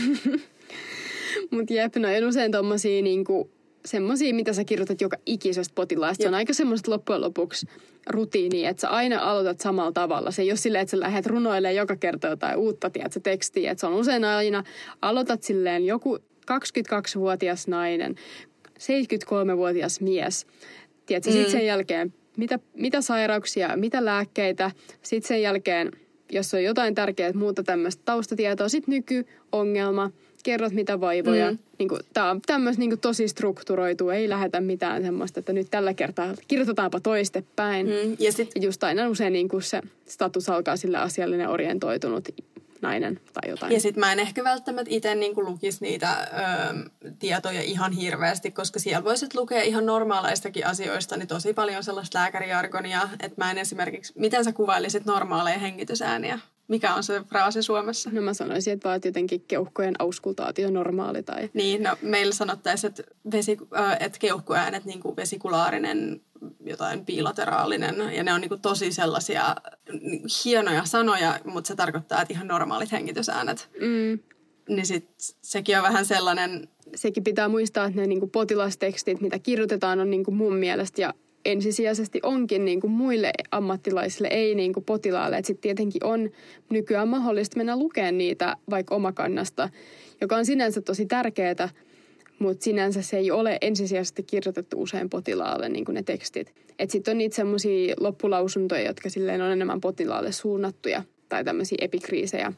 Mutta jep, no on usein tommosia niinku semmosia, mitä sä kirjoitat joka ikisestä potilaasta. Se on aika semmoista loppujen lopuksi rutiinia, että sä aina aloitat samalla tavalla. Se ei ole silleen, että sä lähdet runoilemaan joka kerta jotain uutta, tiedätkö, tekstiä. Että se on usein aina, aloitat silleen joku 22-vuotias nainen, 73-vuotias mies. Tiedätkö, sitten sen jälkeen, mitä sairauksia, mitä lääkkeitä. Sitten sen jälkeen, jos on jotain tärkeää muuta tämmöistä taustatietoa, sitten nykyongelma, kerrot mitä vaivoja. Niin tämä on tämmöistä niin tosi strukturoitu, ei lähetä mitään semmoista, että nyt tällä kertaa kirjoitetaanpa toistepäin. Ja just aina usein niin se status alkaa sillä asiallinen orientoitunut nainen tai jotain. Ja sitten mä en ehkä välttämättä itse niin lukisi niitä tietoja ihan hirveästi, koska siellä voisit lukea ihan normaalaistakin asioista, niin tosi paljon sellaista lääkärijargonia, että mä en esimerkiksi, miten sä kuvailisit normaaleja hengitysääniä? Mikä on se fraasi Suomessa? No mä sanoisin, että vaan jotenkin keuhkojen auskultaatio normaali tai... Niin, no meillä sanottaisiin, että keuhkoäänet niin kuin vesikulaarinen, jotain bilateraalinen, ja ne on niin kuin tosi sellaisia hienoja sanoja, mutta se tarkoittaa, että ihan normaalit hengitysäänet. Niin sit sekin on vähän sellainen... Sekin pitää muistaa, että ne niin kuin potilastekstit, mitä kirjoitetaan, on niin kuin mun mielestä ja ensisijaisesti onkin niin kuin muille ammattilaisille, ei niin kuin potilaalle. Sitten tietenkin on nykyään mahdollista mennä lukemaan niitä vaikka omakannasta. joka on sinänsä tosi tärkeää, mutta sinänsä se ei ole ensisijaisesti kirjoitettu usein potilaalle niin kuin ne tekstit. Että sitten on niitä semmoisia loppulausuntoja, jotka silleen on enemmän potilaalle suunnattuja tai tämmöisiä epikriisejä.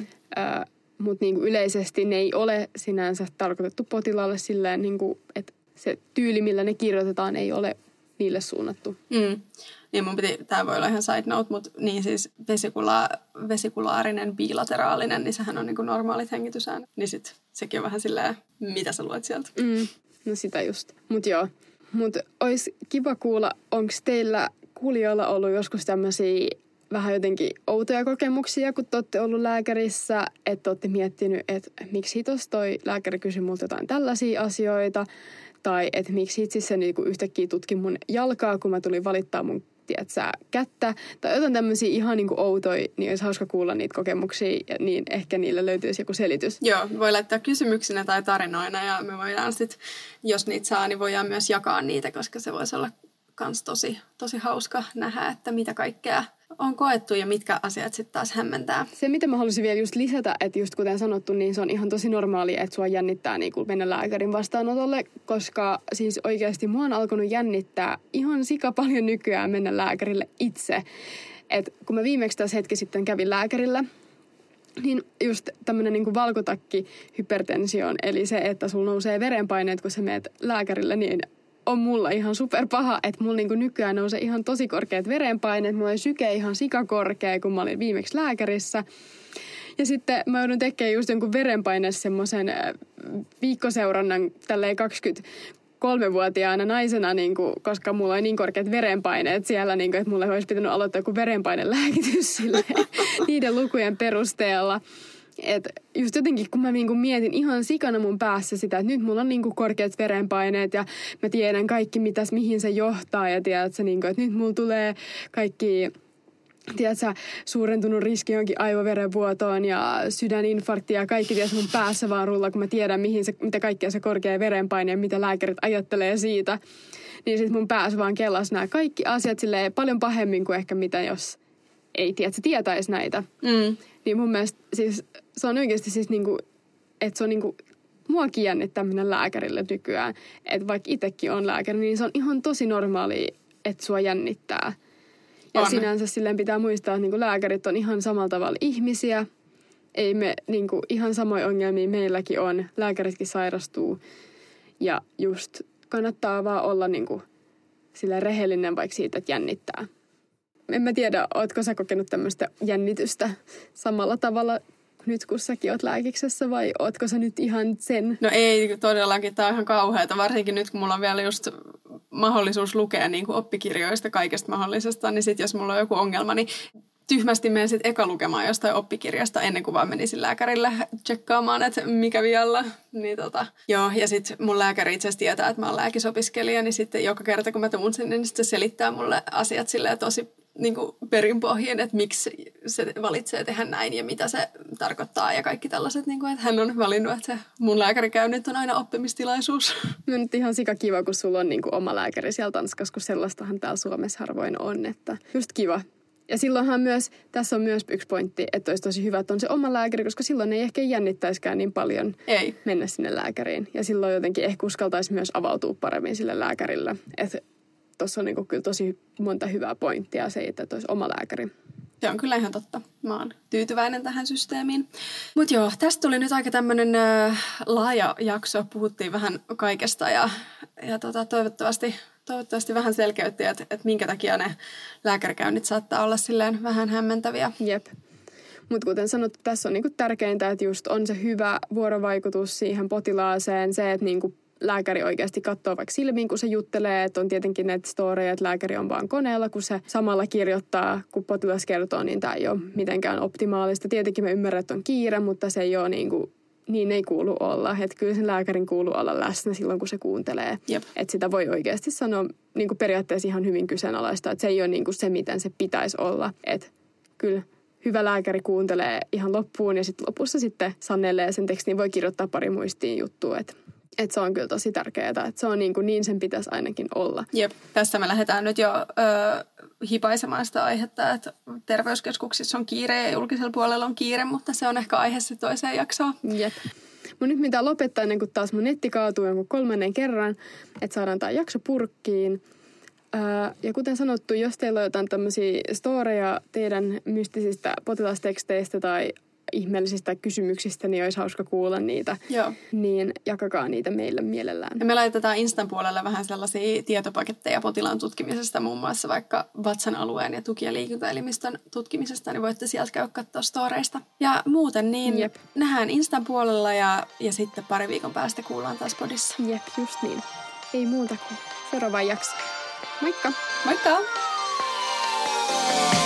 Mutta niin yleisesti ne ei ole sinänsä tarkoitettu potilaalle silleen, niin kuin, että se tyyli, millä ne kirjoitetaan, ei ole niille suunnattu. Niin tämä voi olla ihan side note, mutta niin siis vesikulaarinen, bilateraalinen, niin sehän on niin kuin normaalit hengitysäänet. Niin sit sekin on vähän silleen, mitä sä luet sieltä? No sitä just. Mutta joo. Mutta olisi kiva kuulla, onko teillä kuulijoilla ollut joskus tämmöisiä vähän jotenkin outoja kokemuksia, kun te olette ollut lääkärissä, että olette miettinyt, että miksi hitos toi lääkäri kysyi multa jotain tällaisia asioita, tai että miksi itse se niinku yhtäkkiä tutki mun jalkaa, kun mä tulin valittaa mun kättä, tai jotain tämmöisiä ihan niinku outoja, niin olisi hauska kuulla niitä kokemuksia, ja niin ehkä niille löytyisi joku selitys. Joo, voi laittaa kysymyksinä tai tarinoina, ja me voidaan sitten, jos niitä saa, niin voidaan myös jakaa niitä, koska se voisi olla kans tosi hauska nähdä, että mitä kaikkea on koettu ja mitkä asiat sitten taas hämmentää. Se, mitä mä haluaisin vielä just lisätä, että just kuten sanottu, niin se on ihan tosi normaalia, että sua jännittää niin kuin mennä lääkärin vastaanotolle, koska siis oikeasti mua on alkanut jännittää ihan sika paljon nykyään mennä lääkärille itse. Et kun mä viimeksi tässä hetki sitten kävin lääkärillä, niin just tämmöinen niin kuin valkotakkihypertension, eli se, että sulla nousee verenpaineet, kun sä meet lääkärille, niin on mulla ihan superpaha, että mulla niinku nykyään nousee ihan tosi korkeat verenpaineet. Mulla oli syke ihan sikakorkea, kun mä olin viimeksi lääkärissä. Ja sitten mä joudun tekemään just jonkun verenpaineen semmoisen viikkoseurannan tälleen 23-vuotiaana naisena, niinku, koska mulla oli niin korkeat verenpaineet siellä, niinku, että mulla olisi pitänyt aloittaa joku verenpainelääkitys niiden lukujen perusteella. Että just jotenkin, kun mä niinku mietin ihan sikana mun päässä sitä, että nyt mulla on niinku korkeat verenpaineet ja mä tiedän kaikki, mihin se johtaa. Ja tiedätkö, niinku, että nyt mulla tulee kaikki, tiedätkö, suurentunut riski johonkin aivoverenvuotoon ja sydäninfarkti ja kaikki tiedätkö, mun päässä vaan rulla, kun mä tiedän, mitä kaikkea se korkea verenpaine ja mitä lääkärit ajattelee siitä. Niin sit mun päässä vaan kellas nämä kaikki asiat silleen paljon pahemmin kuin ehkä mitä jos ei tietäisi näitä. Niin mun mielestä siis se on oikeasti siis niinku, että se on niinku, muakin jännittää mennä lääkärille nykyään. Että vaikka itsekin on lääkäri, niin se on ihan tosi normaalia, että sua jännittää. Ja on. Sinänsä silleen pitää muistaa, että niinku lääkärit on ihan samalla tavalla ihmisiä. Ei me niinku, ihan samoja ongelmia meilläkin on. Lääkäritkin sairastuu. Ja just kannattaa vaan olla niinku, silleen rehellinen vaikka siitä, että jännittää. En mä tiedä, ootko sä kokenut tämmöistä jännitystä samalla tavalla nyt, kun säkin oot lääkiksessä, vai ootko sä nyt ihan sen? No ei todellakin, tää on ihan kauheata, varsinkin nyt, kun mulla on vielä just mahdollisuus lukea niin kuin oppikirjoista kaikesta mahdollisesta, niin sit jos mulla on joku ongelma, niin tyhmästi menen sit eka lukemaan jostain oppikirjasta ennen kuin vaan menisin lääkärille tsekkaamaan, että mikä vialla. Niin joo, ja sitten mun lääkäri itse asiassa tietää, että mä oon lääkisopiskelija, niin sitten joka kerta kun mä tuun sinne, niin sitten se selittää mulle asiat silleen tosi niin kuin perinpohjien, että miksi se valitsee tehdä näin ja mitä se tarkoittaa ja kaikki tällaiset, niin kuin, että hän on valinnut, että se mun lääkärikäynnit on aina oppimistilaisuus. No nyt ihan sika kiva, kun sulla on niin kuin oma lääkäri siellä Tanskassa, kun sellaistahan täällä Suomessa harvoin on, että just kiva. Ja silloinhan myös, tässä on myös yksi pointti, että olisi tosi hyvä, että on se oma lääkäri, koska silloin ei ehkä jännittäisikään niin paljon mennä sinne lääkäriin. Ja silloin jotenkin ehkä uskaltaisi myös avautua paremmin sille lääkärille. Että tuossa on niinku kyllä tosi monta hyvää pointtia se, että olisi oma lääkäri. Se on kyllä ihan totta. Mä oon tyytyväinen tähän systeemiin. Mutta joo, tästä tuli nyt aika tämmöinen laaja jakso. Puhuttiin vähän kaikesta ja toivottavasti vähän selkeytti, että minkä takia ne lääkärikäynnit saattaa olla silleen vähän hämmentäviä. Jep. Mutta kuten sanottu, tässä on niinku tärkeintä, että just on se hyvä vuorovaikutus siihen potilaaseen. Se, että niinku lääkäri oikeasti katsoo vaikka silmiin, kun se juttelee. Että on tietenkin näitä storeja, että lääkäri on vaan koneella, kun se samalla kirjoittaa, kun potilas kertoo, niin tämä ei ole mitenkään optimaalista. Tietenkin me ymmärrän, että on kiire, mutta se ei ole niin ei kuulu olla. Että kyllä sen lääkärin kuuluu olla läsnä silloin, kun se kuuntelee. Että sitä voi oikeasti sanoa niin kuin periaatteessa ihan hyvin kyseenalaista. Että se ei ole niin kuin se, miten se pitäisi olla. Että kyllä hyvä lääkäri kuuntelee ihan loppuun ja sitten lopussa sitten sannelee sen tekstin. Voi kirjoittaa pari muistiin juttua, että se on kyllä tosi tärkeää. Että se on niin sen pitäisi ainakin olla. Jep. Tässä me lähdetään nyt jo hipaisemaan sitä aihetta, että terveyskeskuksissa on kiire ja julkisella puolella on kiire, mutta se on ehkä aihe se toiseen jaksoon. Jep. Mun nyt pitää lopettaa ennen kuin taas mun netti kaatuu jonkun 3. kerran, että saadaan tää jakso purkkiin. Ja kuten sanottu, jos teillä on jotain tämmöisiä storeja teidän mystisistä potilasteksteistä tai ihmeellisistä kysymyksistä, niin olisi hauska kuulla niitä. Joo. Niin jakakaa niitä meille mielellään. Ja me laitetaan Instan puolelle vähän sellaisia tietopaketteja potilaan tutkimisesta, muun muassa vaikka vatsan alueen ja tuki- ja liikuntaelimistön tutkimisesta, niin voitte sieltä käydä katsoa storeista. Ja muuten niin nähdään Instan puolella ja sitten pari viikon päästä kuullaan taas podissa. Jep, just niin. Ei muuta kuin seuraava jakso. Moikka! Moikka!